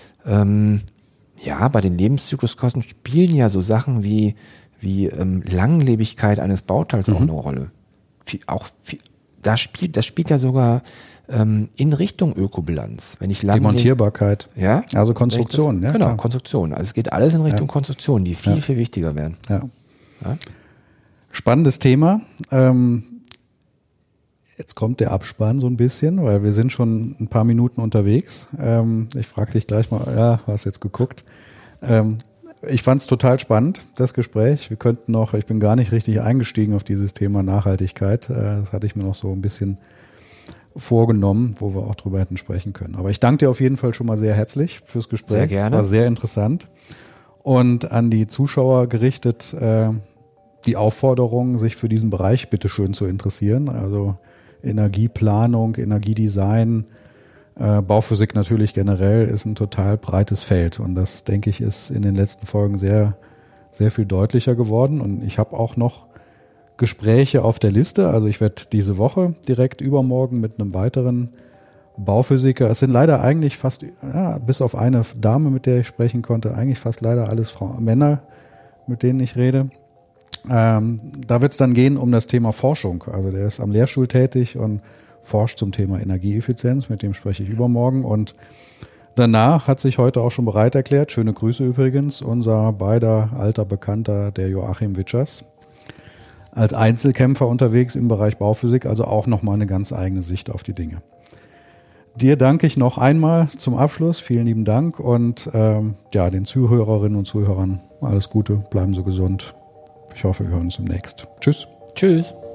bei den Lebenszykluskosten spielen ja so Sachen wie Langlebigkeit eines Bauteils auch eine Rolle. Das spielt ja sogar in Richtung Ökobilanz. Wenn ich die Montierbarkeit. Ja. Also Konstruktion. Genau, klar. Konstruktion. Also es geht alles in Richtung Konstruktion, die viel wichtiger werden. Ja. Spannendes Thema. Jetzt kommt der Abspann so ein bisschen, weil wir sind schon ein paar Minuten unterwegs. Ich frage dich gleich mal, ja, hast jetzt geguckt. Ich fand es total spannend, das Gespräch. Wir könnten noch, ich bin gar nicht richtig eingestiegen auf dieses Thema Nachhaltigkeit. Das hatte ich mir noch so ein bisschen vorgenommen, wo wir auch drüber hätten sprechen können. Aber ich danke dir auf jeden Fall schon mal sehr herzlich fürs Gespräch. Sehr gerne. Es war sehr interessant. Und an die Zuschauer gerichtet die Aufforderung, sich für diesen Bereich bitteschön zu interessieren. Also Energieplanung, Energiedesign, Bauphysik natürlich generell ist ein total breites Feld. Und das, denke ich, ist in den letzten Folgen sehr, sehr viel deutlicher geworden. Und ich habe auch noch Gespräche auf der Liste. Also ich werde diese Woche direkt übermorgen mit einem weiteren Bauphysiker. Es sind leider eigentlich fast, ja, bis auf eine Dame, mit der ich sprechen konnte, eigentlich fast leider alles Männer, mit denen ich rede. Da wird es dann gehen um das Thema Forschung. Also der ist am Lehrstuhl tätig und forscht zum Thema Energieeffizienz. Mit dem spreche ich übermorgen. Und danach hat sich heute auch schon bereit erklärt, schöne Grüße übrigens, unser beider alter Bekannter, der Joachim Witschers, als Einzelkämpfer unterwegs im Bereich Bauphysik, also auch nochmal eine ganz eigene Sicht auf die Dinge. Dir danke ich noch einmal zum Abschluss. Vielen lieben Dank und ja, den Zuhörerinnen und Zuhörern alles Gute, bleiben Sie gesund. Ich hoffe, wir hören uns demnächst. Tschüss. Tschüss.